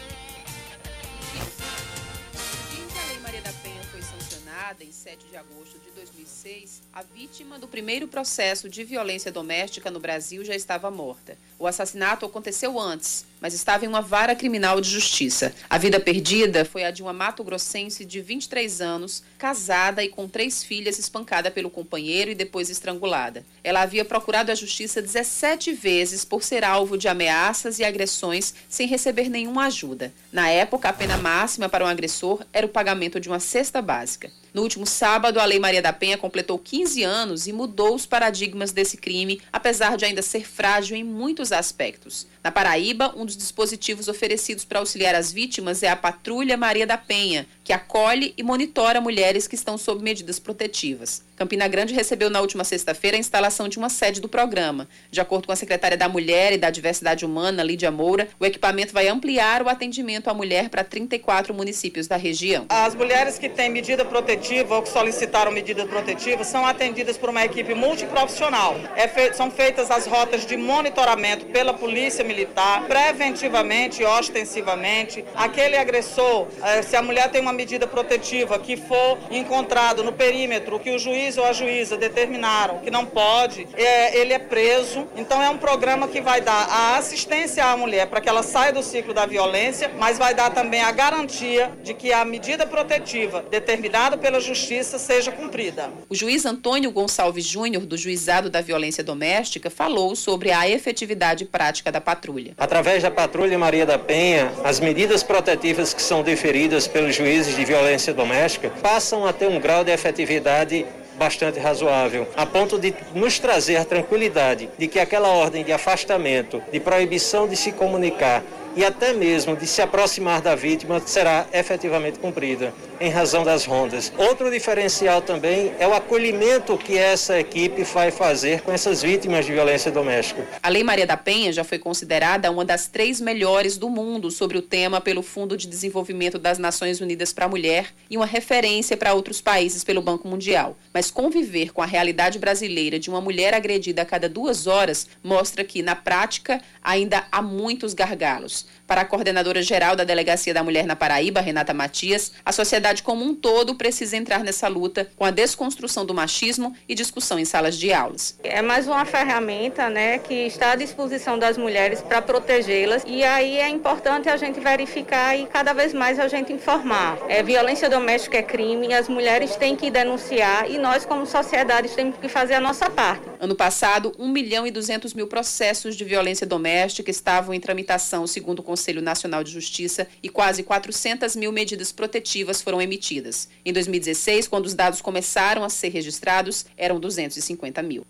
A Lei Maria da Penha foi sancionada em sete de agosto de dois mil e seis. A vítima do primeiro processo de violência doméstica no Brasil já estava morta. O assassinato aconteceu antes, mas estava em uma vara criminal de justiça. A vida perdida foi a de uma mato-grossense de vinte e três anos, casada e com três filhas, espancada pelo companheiro e depois estrangulada. Ela havia procurado a justiça dezessete vezes por ser alvo de ameaças e agressões sem receber nenhuma ajuda. Na época, a pena máxima para um agressor era o pagamento de uma cesta básica. No último sábado, a Lei Maria da Penha completou quinze anos e mudou os paradigmas desse crime, apesar de ainda ser frágil em muitos aspectos. Na Paraíba, um dos dos dispositivos oferecidos para auxiliar as vítimas é a Patrulha Maria da Penha, que acolhe e monitora mulheres que estão sob medidas protetivas. Campina Grande recebeu na última sexta-feira a instalação de uma sede do programa. De acordo com a secretária da Mulher e da Diversidade Humana, Lídia Moura, o equipamento vai ampliar o atendimento à mulher para trinta e quatro municípios da região. As mulheres que têm medida protetiva ou que solicitaram medida protetiva são atendidas por uma equipe multiprofissional. É fe... São feitas as rotas de monitoramento pela Polícia Militar, preventivamente e ostensivamente. Aquele agressor, se a mulher tem uma medida protetiva que for encontrado no perímetro que o juiz ou a juíza determinaram que não pode, é, ele é preso. Então é um programa que vai dar a assistência à mulher para que ela saia do ciclo da violência, mas vai dar também a garantia de que a medida protetiva determinada pela justiça seja cumprida. O juiz Antônio Gonçalves Júnior, do Juizado da Violência Doméstica, falou sobre a efetividade prática da patrulha. Através da Patrulha Maria da Penha, as medidas protetivas que são deferidas pelos juízes de violência doméstica passam a ter um grau de efetividade bastante razoável, a ponto de nos trazer a tranquilidade de que aquela ordem de afastamento, de proibição de se comunicar e até mesmo de se aproximar da vítima será efetivamente cumprida, em razão das rondas. Outro diferencial também é o acolhimento que essa equipe vai fazer com essas vítimas de violência doméstica. A Lei Maria da Penha já foi considerada uma das três melhores do mundo sobre o tema pelo Fundo de Desenvolvimento das Nações Unidas para a Mulher e uma referência para outros países pelo Banco Mundial. Mas conviver com a realidade brasileira de uma mulher agredida a cada duas horas mostra que, na prática, ainda há muitos gargalos. Para a coordenadora geral da Delegacia da Mulher na Paraíba, Renata Matias, a sociedade como um todo precisa entrar nessa luta com a desconstrução do machismo e discussão em salas de aulas. É mais uma ferramenta, né, que está à disposição das mulheres para protegê-las, e aí é importante a gente verificar e cada vez mais a gente informar. É, violência doméstica é crime, as mulheres têm que denunciar e nós como sociedade temos que fazer a nossa parte. Ano passado, um milhão e duzentos mil processos de violência doméstica estavam em tramitação, segundo o Conselho Nacional de Justiça, e quase quatrocentas mil medidas protetivas foram emitidas. Em dois mil e dezesseis, quando os dados começaram a ser registrados, eram duzentos e cinquenta mil.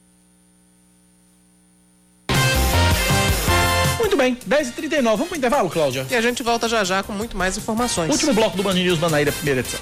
Muito bem, dez e trinta e nove. Vamos para o intervalo, Cláudia? E a gente volta já já com muito mais informações. Último bloco do Band News Manaíra, primeira edição.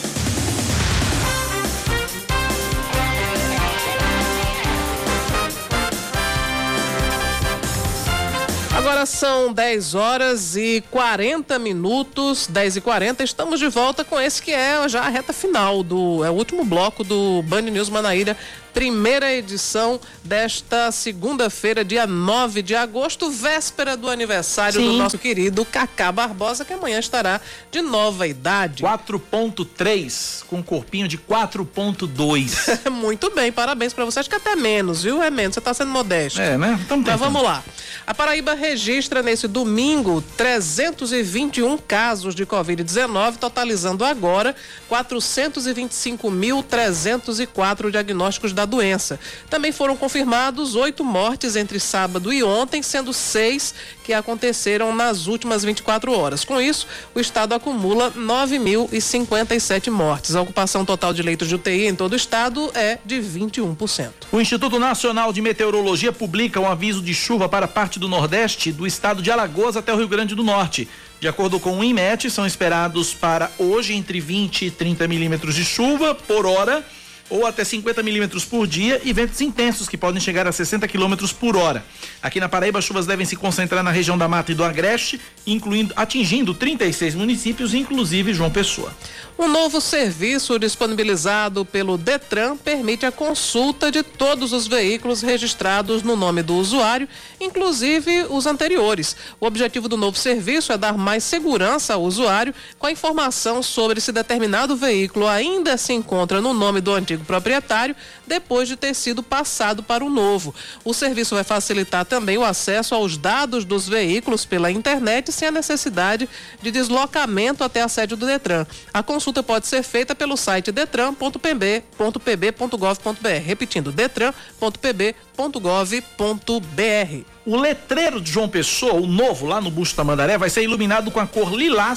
Agora são dez horas e quarenta minutos, dez e quarenta, estamos de volta com esse que é já a reta final, do, é o último bloco do Band News Manaíra, primeira edição desta segunda-feira, dia nove de agosto, véspera do aniversário Sim. do nosso querido Cacá Barbosa, que amanhã estará de nova idade. quatro ponto três, com um corpinho de quatro ponto dois. Muito bem, parabéns pra você. Acho que até menos, viu? É menos, você tá sendo modesto. É, né? Então, Mas vamos lá. A Paraíba registra nesse domingo trezentos e vinte e um casos de covid dezenove, totalizando agora quatrocentos e vinte e cinco mil trezentos e quatro diagnósticos da doença. Também foram confirmados oito mortes entre sábado e ontem, sendo seis que aconteceram nas últimas vinte e quatro horas. Com isso, o estado acumula nove mil e cinquenta e sete mortes. A ocupação total de leitos de U T I em todo o estado é de vinte e um por cento. O Instituto Nacional de Meteorologia publica um aviso de chuva para parte do Nordeste do estado de Alagoas até o Rio Grande do Norte. De acordo com o INMET, são esperados para hoje entre vinte e trinta milímetros de chuva por hora, ou até cinquenta milímetros por dia, e ventos intensos que podem chegar a sessenta quilômetros por hora. Aqui na Paraíba, chuvas devem se concentrar na região da Mata e do Agreste, incluindo, atingindo trinta e seis municípios, inclusive João Pessoa. Um novo serviço disponibilizado pelo Detran permite a consulta de todos os veículos registrados no nome do usuário, inclusive os anteriores. O objetivo do novo serviço é dar mais segurança ao usuário com a informação sobre se determinado veículo ainda se encontra no nome do antigo proprietário depois de ter sido passado para o novo. O serviço vai facilitar também o acesso aos dados dos veículos pela internet sem a necessidade de deslocamento até a sede do Detran. A consulta pode ser feita pelo site detran ponto p b ponto p b ponto gov ponto b r. Repetindo, detran ponto p b ponto gov ponto b r. O letreiro de João Pessoa, o novo, lá no Busto Tamandaré, vai ser iluminado com a cor lilás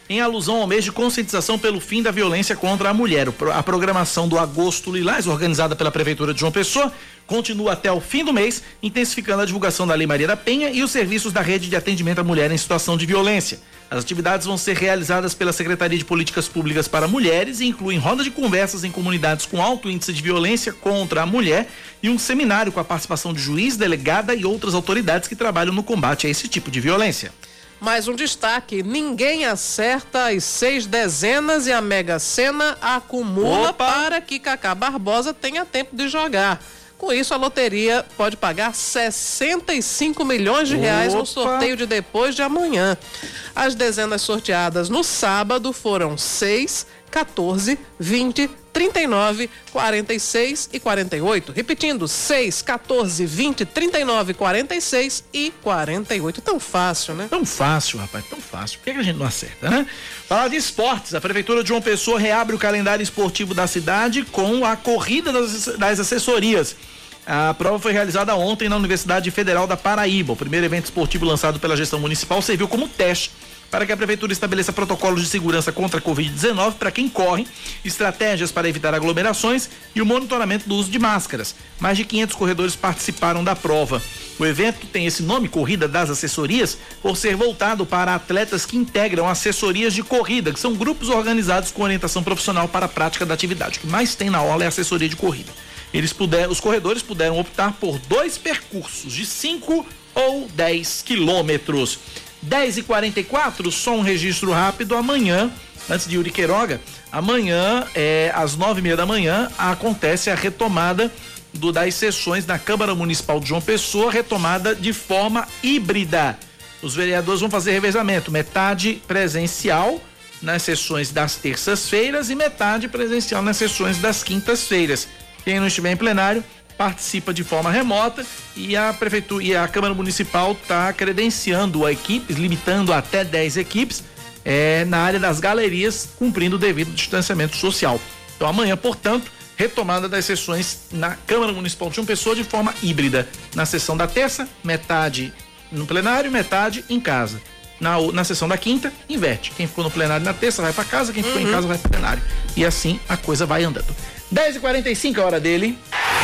em alusão ao mês de conscientização pelo fim da violência contra a mulher. A programação do Agosto Lilás, organizada pela Prefeitura de João Pessoa, continua até o fim do mês, intensificando a divulgação da Lei Maria da Penha e os serviços da rede de atendimento à mulher em situação de violência. As atividades vão ser realizadas pela Secretaria de Políticas Públicas para Mulheres e incluem roda de conversas em comunidades com alto índice de violência contra a mulher e um seminário com a participação de juiz, delegada e outras autoridades que trabalham no combate a esse tipo de violência. Mais um destaque: ninguém acerta as seis dezenas e a Mega Sena acumula Opa. para que Cacá Barbosa tenha tempo de jogar. Com isso, a loteria pode pagar sessenta e cinco milhões de reais Opa. no sorteio de depois de amanhã. As dezenas sorteadas no sábado foram seis, quatorze, vinte, trinta e nove, quarenta e seis e quarenta e oito. Repetindo, seis, quatorze, vinte, trinta e nove, quarenta e seis e quarenta e oito. Tão fácil, né? Tão fácil, rapaz, tão fácil. Por que a gente não acerta, né? Falar de esportes, a Prefeitura de João Pessoa reabre o calendário esportivo da cidade com a corrida das, das assessorias. A prova foi realizada ontem na Universidade Federal da Paraíba. O primeiro evento esportivo lançado pela gestão municipal serviu como teste para que a Prefeitura estabeleça protocolos de segurança contra a covid dezenove para quem corre, estratégias para evitar aglomerações e o monitoramento do uso de máscaras. Mais de quinhentos corredores participaram da prova. O evento tem esse nome, Corrida das Assessorias, por ser voltado para atletas que integram assessorias de corrida, que são grupos organizados com orientação profissional para a prática da atividade. O que mais tem na aula é a assessoria de corrida. Eles puderam, os corredores puderam optar por dois percursos de cinco ou dez quilômetros. dez e quarenta e quatro, só um registro rápido. Amanhã, antes de Yuri Queiroga, amanhã, é, às nove e meia da manhã, acontece a retomada do, das sessões na Câmara Municipal de João Pessoa, retomada de forma híbrida. Os vereadores vão fazer revezamento, metade presencial nas sessões das terças-feiras e metade presencial nas sessões das quintas-feiras. Quem não estiver em plenário participa de forma remota e a prefeitura e a Câmara Municipal está credenciando a equipes, limitando até dez equipes é, na área das galerias, cumprindo o devido distanciamento social. Então amanhã, portanto, retomada das sessões na Câmara Municipal de João Pessoa de forma híbrida. Na sessão da terça, metade no plenário, metade em casa. Na, na sessão da quinta, inverte. Quem ficou no plenário na terça vai para casa, quem ficou uhum. em casa vai para o plenário. E assim a coisa vai andando. dez e quarenta e cinco é a hora dele.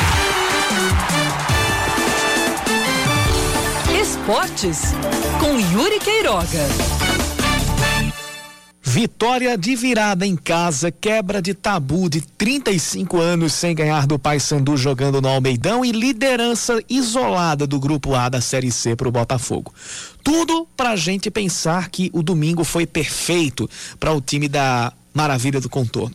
Esportes com Yuri Queiroga. Vitória de virada em casa, quebra de tabu de trinta e cinco anos sem ganhar do Paysandu jogando no Almeidão e liderança isolada do Grupo A da Série C para o Botafogo. Tudo pra gente pensar que o domingo foi perfeito para o time da Maravilha do Contorno.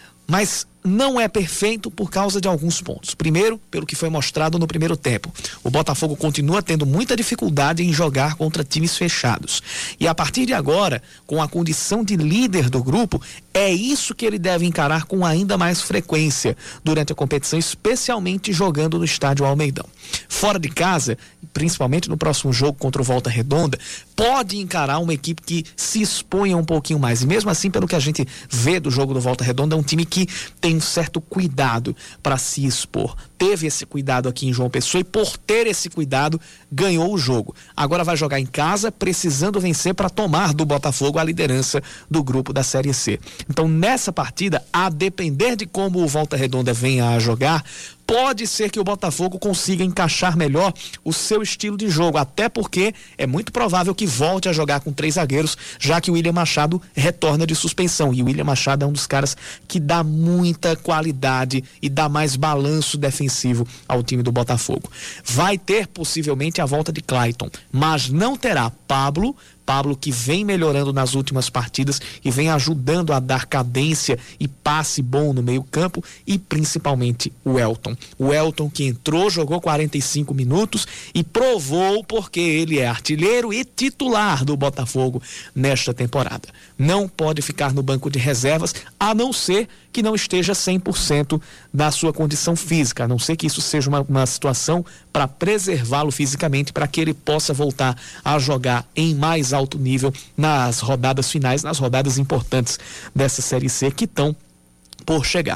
Mas não é perfeito por causa de alguns pontos. Primeiro, pelo que foi mostrado no primeiro tempo. O Botafogo continua tendo muita dificuldade em jogar contra times fechados. E a partir de agora, com a condição de líder do grupo, é isso que ele deve encarar com ainda mais frequência durante a competição, especialmente jogando no estádio Almeidão. Fora de casa, principalmente no próximo jogo contra o Volta Redonda, pode encarar uma equipe que se exponha um pouquinho mais. E mesmo assim, pelo que a gente vê do jogo do Volta Redonda, é um time que tem um certo cuidado para se expor. Teve esse cuidado aqui em João Pessoa e por ter esse cuidado ganhou o jogo. Agora vai jogar em casa precisando vencer para tomar do Botafogo a liderança do grupo da Série C. Então nessa partida, a depender de como o Volta Redonda venha a jogar, pode ser que o Botafogo consiga encaixar melhor o seu estilo de jogo, até porque é muito provável que volte a jogar com três zagueiros, já que o William Machado retorna de suspensão, e o William Machado é um dos caras que dá muita qualidade e dá mais balanço defensivo ao time do Botafogo. Vai ter possivelmente a volta de Clayton, mas não terá Pablo, Pablo que vem melhorando nas últimas partidas e vem ajudando a dar cadência e passe bom no meio campo, e principalmente o Elton. O Elton que entrou, jogou quarenta e cinco minutos e provou porque ele é artilheiro e titular do Botafogo nesta temporada. Não pode ficar no banco de reservas, a não ser que não esteja cem por cento da sua condição física, a não ser que isso seja uma, uma situação para preservá-lo fisicamente, para que ele possa voltar a jogar em mais alto nível nas rodadas finais, nas rodadas importantes dessa Série C que estão por chegar.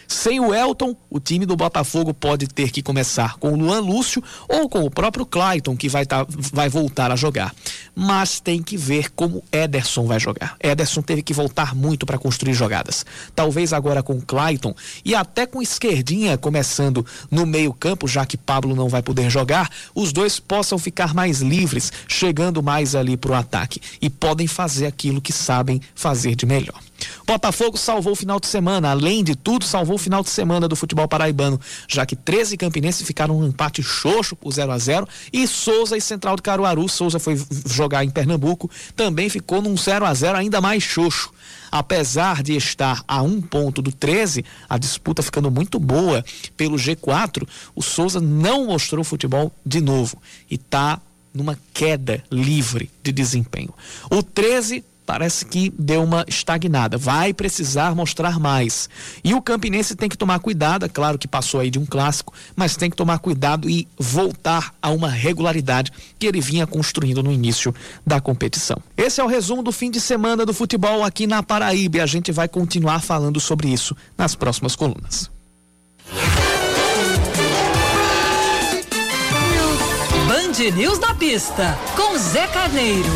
Sem o Elton, o time do Botafogo pode ter que começar com o Luan Lúcio ou com o próprio Clayton, que vai, tá, vai voltar a jogar. Mas tem que ver como Ederson vai jogar. Ederson teve que voltar muito para construir jogadas. Talvez agora com o Clayton e até com Esquerdinha começando no meio campo, já que Pablo não vai poder jogar, os dois possam ficar mais livres, chegando mais ali para o ataque e podem fazer aquilo que sabem fazer de melhor. Botafogo salvou o final de semana, além de tudo, salvou o final de semana do futebol paraibano, já que treze campinenses ficaram num empate xoxo por zero a zero e Souza e Central de Caruaru, Souza foi jogar em Pernambuco, também ficou num zero a zero ainda mais xoxo. Apesar de estar a um ponto do treze, a disputa ficando muito boa pelo G quatro, o Souza não mostrou futebol de novo e está numa queda livre de desempenho. O treze parece que deu uma estagnada, vai precisar mostrar mais. E o Campinense tem que tomar cuidado, é claro que passou aí de um clássico, mas tem que tomar cuidado e voltar a uma regularidade que ele vinha construindo no início da competição. Esse é o resumo do fim de semana do futebol aqui na Paraíba e a gente vai continuar falando sobre isso nas próximas colunas. Band News na pista, com Zé Carneiro.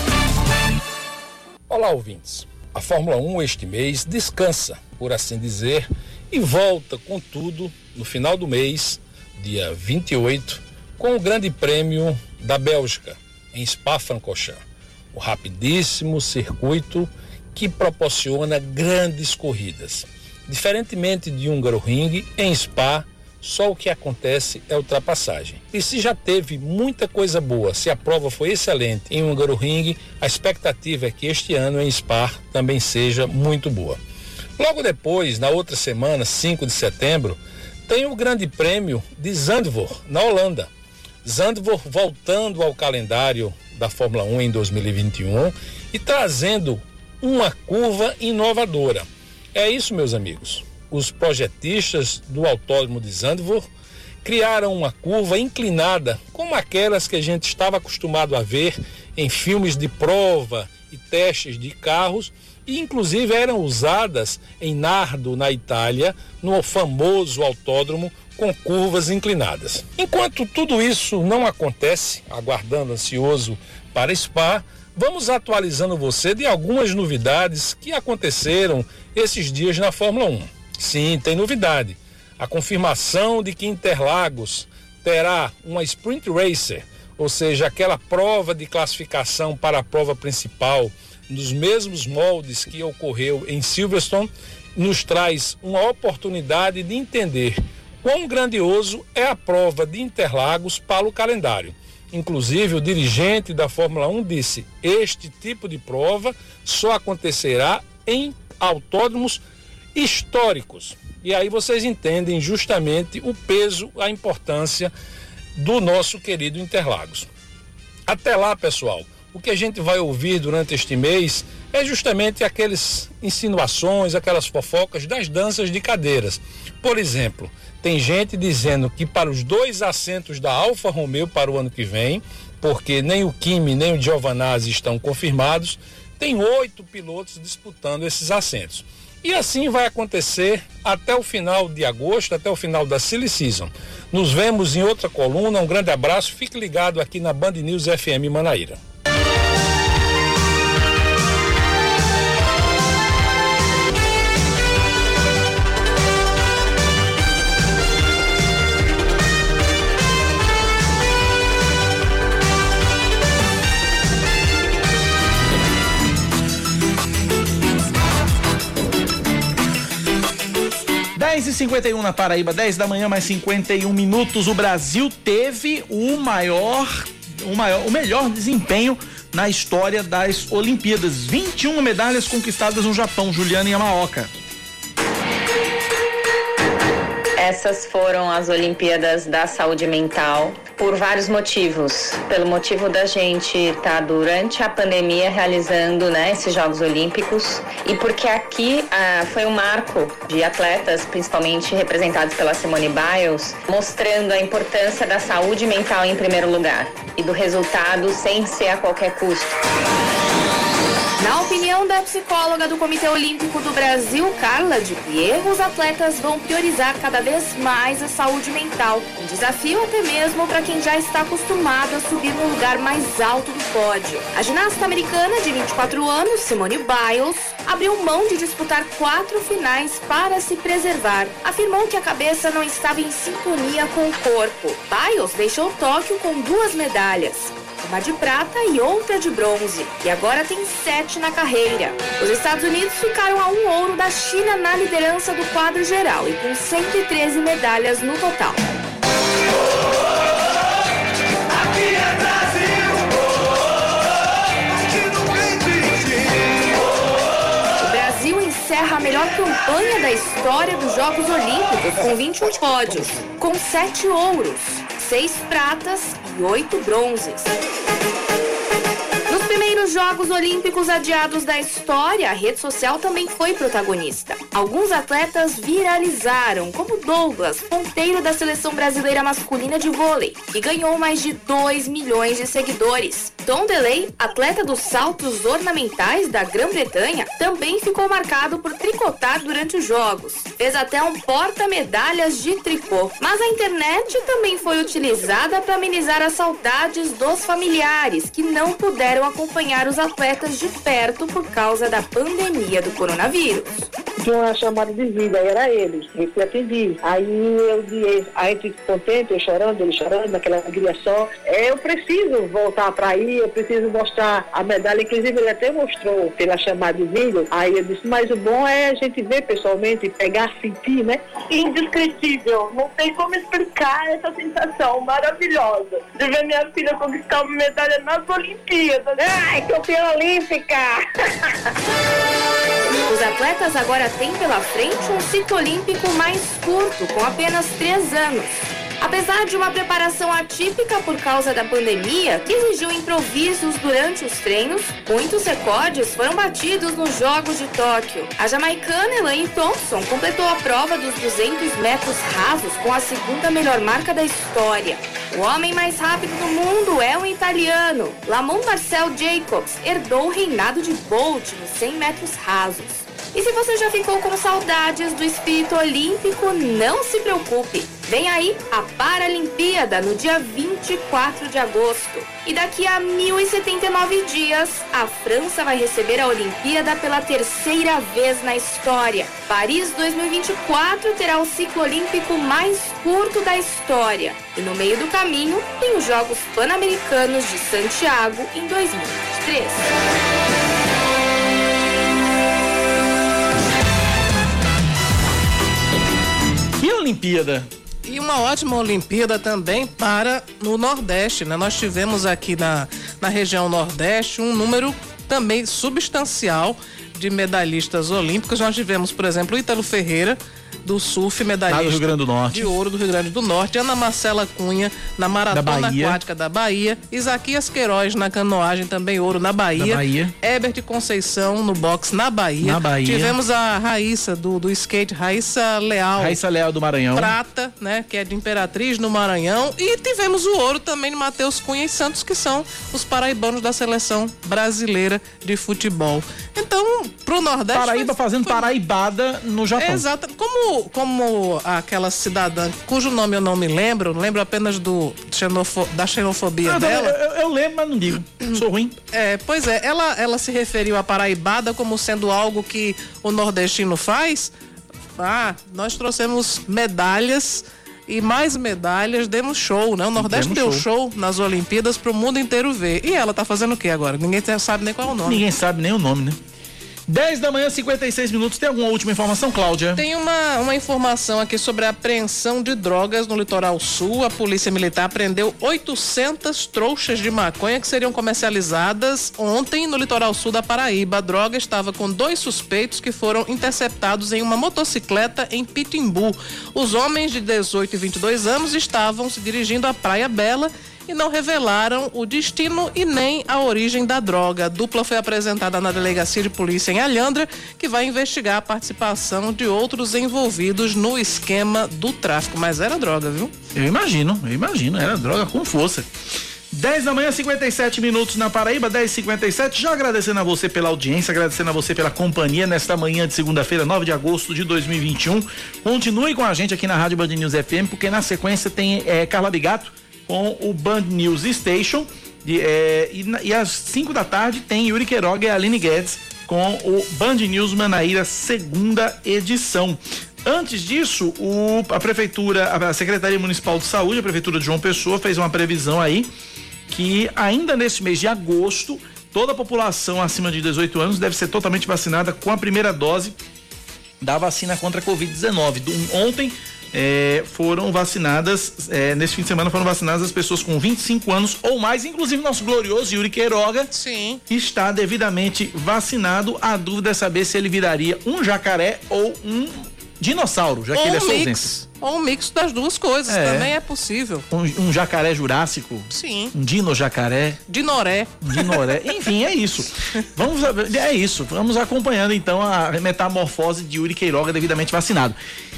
Olá, ouvintes. A Fórmula um este mês descansa, por assim dizer, e volta com tudo no final do mês, dia vinte e oito, com o Grande Prêmio da Bélgica, em Spa-Francorchamps. O rapidíssimo circuito que proporciona grandes corridas. Diferentemente de Hungaroring, em Spa, só o que acontece é ultrapassagem. E se já teve muita coisa boa, se a prova foi excelente em Hungaroring, a expectativa é que este ano em Spa também seja muito boa. Logo depois, na outra semana, cinco de setembro, tem o Grande Prêmio de Zandvoort, na Holanda. Zandvoort voltando ao calendário da Fórmula um em dois mil e vinte e um e trazendo uma curva inovadora. É isso, meus amigos. Os projetistas do Autódromo de Zandvoort criaram uma curva inclinada, como aquelas que a gente estava acostumado a ver em filmes de prova e testes de carros, e inclusive eram usadas em Nardo, na Itália, no famoso autódromo com curvas inclinadas. Enquanto tudo isso não acontece, aguardando ansioso para Spa, vamos atualizando você de algumas novidades que aconteceram esses dias na Fórmula um. Sim, tem novidade. A confirmação de que Interlagos terá uma Sprint Racer, ou seja, aquela prova de classificação para a prova principal, nos mesmos moldes que ocorreu em Silverstone, nos traz uma oportunidade de entender quão grandioso é a prova de Interlagos para o calendário. Inclusive, o dirigente da Fórmula um disse: este tipo de prova só acontecerá em autódromos históricos. E aí vocês entendem justamente o peso, a importância do nosso querido Interlagos. Até lá, pessoal, o que a gente vai ouvir durante este mês é justamente aquelas insinuações, aquelas fofocas das danças de cadeiras. Por exemplo, tem gente dizendo que para os dois assentos da Alfa Romeo para o ano que vem, porque nem o Kimi nem o Giovinazzi estão confirmados, tem oito pilotos disputando esses assentos. E assim vai acontecer até o final de agosto, até o final da Silly Season. Nos vemos em outra coluna, um grande abraço, fique ligado aqui na Band News F M Manaíra. dez e cinquenta e um na Paraíba, dez da manhã, mais cinquenta e um minutos. O Brasil teve o maior, o maior, o melhor desempenho na história das Olimpíadas. vinte e uma medalhas conquistadas no Japão. Juliana Yamaoka. Essas foram as Olimpíadas da Saúde Mental por vários motivos. Pelo motivo da gente estar durante a pandemia realizando, né, esses Jogos Olímpicos, e porque aqui ah, foi um marco de atletas, principalmente representados pela Simone Biles, mostrando a importância da saúde mental em primeiro lugar e do resultado sem ser a qualquer custo. Na opinião da psicóloga do Comitê Olímpico do Brasil, Carla de Pierro, os atletas vão priorizar cada vez mais a saúde mental. Um desafio até mesmo para quem já está acostumado a subir no lugar mais alto do pódio. A ginasta americana de vinte e quatro anos, Simone Biles, abriu mão de disputar quatro finais para se preservar. Afirmou que a cabeça não estava em sintonia com o corpo. Biles deixou Tóquio com duas medalhas, uma de prata e outra de bronze, e agora tem sete na carreira. Os Estados Unidos ficaram a um ouro da China na liderança do quadro geral e com cento e treze medalhas no total. Aqui é Brasil, aqui não tem desistir. O Brasil encerra a melhor campanha da história dos Jogos Olímpicos com vinte e um pódios, com sete ouros, seis pratas e oito bronzes. Nos primeiros Jogos Olímpicos adiados da história, a rede social também foi protagonista. Alguns atletas viralizaram, como Douglas, ponteiro da seleção brasileira masculina de vôlei, que ganhou mais de dois milhões de seguidores. Tom Delay, atleta dos saltos ornamentais da Grã-Bretanha, também ficou marcado por tricotar durante os Jogos. Fez até um porta-medalhas de tricô. Mas a internet também foi utilizada para amenizar as saudades dos familiares, que não puderam acompanhar os atletas de perto por causa da pandemia do coronavírus. Tinha uma chamada de vida, era eles, eu fui atendi. Aí eu disse, a gente contente, eu chorando, ele chorando, naquela alegria só. Eu preciso voltar para aí, eu preciso mostrar a medalha, inclusive ele até mostrou pela chamada de vídeo. Aí eu disse, mas o bom é a gente ver pessoalmente, pegar, sentir, né? Indescritível, não tem como explicar essa sensação maravilhosa de ver minha filha conquistar uma medalha nas Olimpíadas. Ai, campeã olímpica! Os atletas agora têm pela frente um ciclo olímpico mais curto, com apenas três anos. Apesar de uma preparação atípica por causa da pandemia, que exigiu improvisos durante os treinos, muitos recordes foram batidos nos Jogos de Tóquio. A jamaicana Elaine Thompson completou a prova dos duzentos metros rasos com a segunda melhor marca da história. O homem mais rápido do mundo é um italiano. Lamont Marcel Jacobs herdou o reinado de Bolt nos cem metros rasos. E se você já ficou com saudades do espírito olímpico, não se preocupe. Vem aí a Paralimpíada no dia vinte e quatro de agosto. E daqui a mil e setenta e nove dias, a França vai receber a Olimpíada pela terceira vez na história. Paris dois mil e vinte e quatro terá o ciclo olímpico mais curto da história. E no meio do caminho, tem os Jogos Pan-Americanos de Santiago em dois mil e vinte e três. E a Olimpíada? E uma ótima Olimpíada também para no Nordeste, né? Nós tivemos aqui na, na região Nordeste um número também substancial de medalhistas olímpicos. Nós tivemos, por exemplo, o Ítalo Ferreira, do surf, medalhista do Rio Grande do Norte. de ouro do Rio Grande do Norte, Ana Marcela Cunha na maratona aquática da Bahia, Isaquias Queiroz na canoagem, também ouro na Bahia, da Bahia. Herbert Conceição no boxe na Bahia. na Bahia. Tivemos a Raíssa do, do skate, Raíssa Leal. Raíssa Leal do Maranhão. Prata, né, que é de Imperatriz no Maranhão, e tivemos o ouro também de Matheus Cunha e Santos, que são os paraibanos da seleção brasileira de futebol. Então, pro Nordeste... Paraíba foi, fazendo foi... paraibada no Japão. Exato. Como, como aquela cidadã, cujo nome eu não me lembro, lembro apenas do xenofo, da xenofobia não, dela. Eu, eu lembro, mas não digo. Sou ruim. É, pois é, ela, ela se referiu à paraibada como sendo algo que o nordestino faz. Ah, nós trouxemos medalhas e mais medalhas, demos show, né? O Nordeste deu show. show nas Olimpíadas pro mundo inteiro ver. E ela tá fazendo o quê agora? Ninguém sabe nem qual é o nome. Ninguém sabe nem o nome, né? dez da manhã, cinquenta e seis minutos. Tem alguma última informação, Cláudia? Tem uma, uma informação aqui sobre a apreensão de drogas no litoral sul. A Polícia Militar apreendeu oitocentas trouxas de maconha que seriam comercializadas ontem no litoral sul da Paraíba. A droga estava com dois suspeitos que foram interceptados em uma motocicleta em Pitimbu. Os homens de dezoito e vinte e dois anos estavam se dirigindo à Praia Bela e não revelaram o destino e nem a origem da droga. A dupla foi apresentada na Delegacia de Polícia em Alhandra, que vai investigar a participação de outros envolvidos no esquema do tráfico. Mas era droga, viu? Eu imagino, eu imagino, era droga com força. dez da manhã, cinquenta e sete minutos na Paraíba, dez e cinquenta e sete. Já agradecendo a você pela audiência, agradecendo a você pela companhia nesta manhã de segunda-feira, nove de agosto de dois mil e vinte e um. Continue com a gente aqui na Rádio Band News F M, porque na sequência tem é, Carla Bigato com o Band News Station. E, é, e, e às cinco da tarde tem Yuri Queiroga e Aline Guedes com o Band News Manaíra, segunda edição. Antes disso, o, a Prefeitura, a Secretaria Municipal de Saúde, a Prefeitura de João Pessoa, fez uma previsão aí que ainda neste mês de agosto, toda a população acima de dezoito anos deve ser totalmente vacinada com a primeira dose da vacina contra a covid dezenove. Ontem é, foram vacinadas, é, nesse fim de semana foram vacinadas as pessoas com vinte e cinco anos ou mais, inclusive nosso glorioso Yuri Queiroga. Sim. Está devidamente vacinado. A dúvida é saber se ele viraria um jacaré ou um dinossauro, já que ou ele é um sua mix, ausência. Ou um mix das duas coisas, É. também é possível. Um, um jacaré jurássico? Sim. Um dino jacaré? Dinoré. Dinoré. Enfim, é isso. Vamos, é isso. Vamos acompanhando então a metamorfose de Yuri Queiroga devidamente vacinado.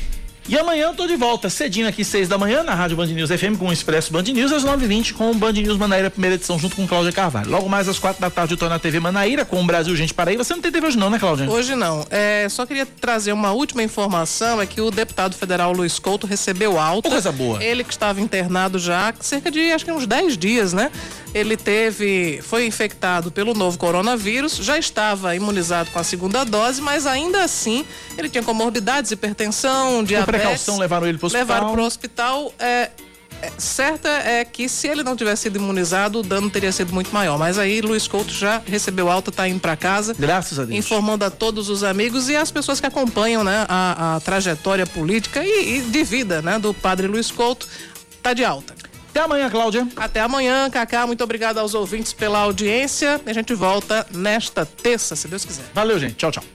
E amanhã eu tô de volta, cedinho aqui, seis da manhã, na Rádio Band News F M, com o Expresso Band News, às nove e vinte, com o Band News Manaíra, primeira edição, junto com Cláudia Carvalho. Logo mais às quatro da tarde eu tô na T V Manaíra, com o Brasil Gente Paraíba. Você não tem T V hoje não, né, Cláudia? Hoje não. É, só queria trazer uma última informação, é que o deputado federal Luiz Couto recebeu alta. Coisa boa. Ele que estava internado já há cerca de, acho que uns dez dias, né? Ele teve, foi infectado pelo novo coronavírus, já estava imunizado com a segunda dose, mas ainda assim ele tinha comorbidades, hipertensão, diabetes. Com precaução levaram ele pro hospital. Levaram pro hospital. É, é, certa é que se ele não tivesse sido imunizado, o dano teria sido muito maior. Mas aí Luiz Couto já recebeu alta, tá indo para casa. Graças a Deus. Informando a todos os amigos e as pessoas que acompanham, né, a, a trajetória política e, e de vida, né, do padre Luiz Couto. Tá de alta. Até amanhã, Cláudia. Até amanhã, Cacá. Muito obrigado aos ouvintes pela audiência. A gente volta nesta terça, se Deus quiser. Valeu, gente. Tchau, tchau.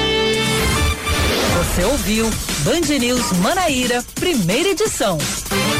Você ouviu Band News Manaíra, primeira edição.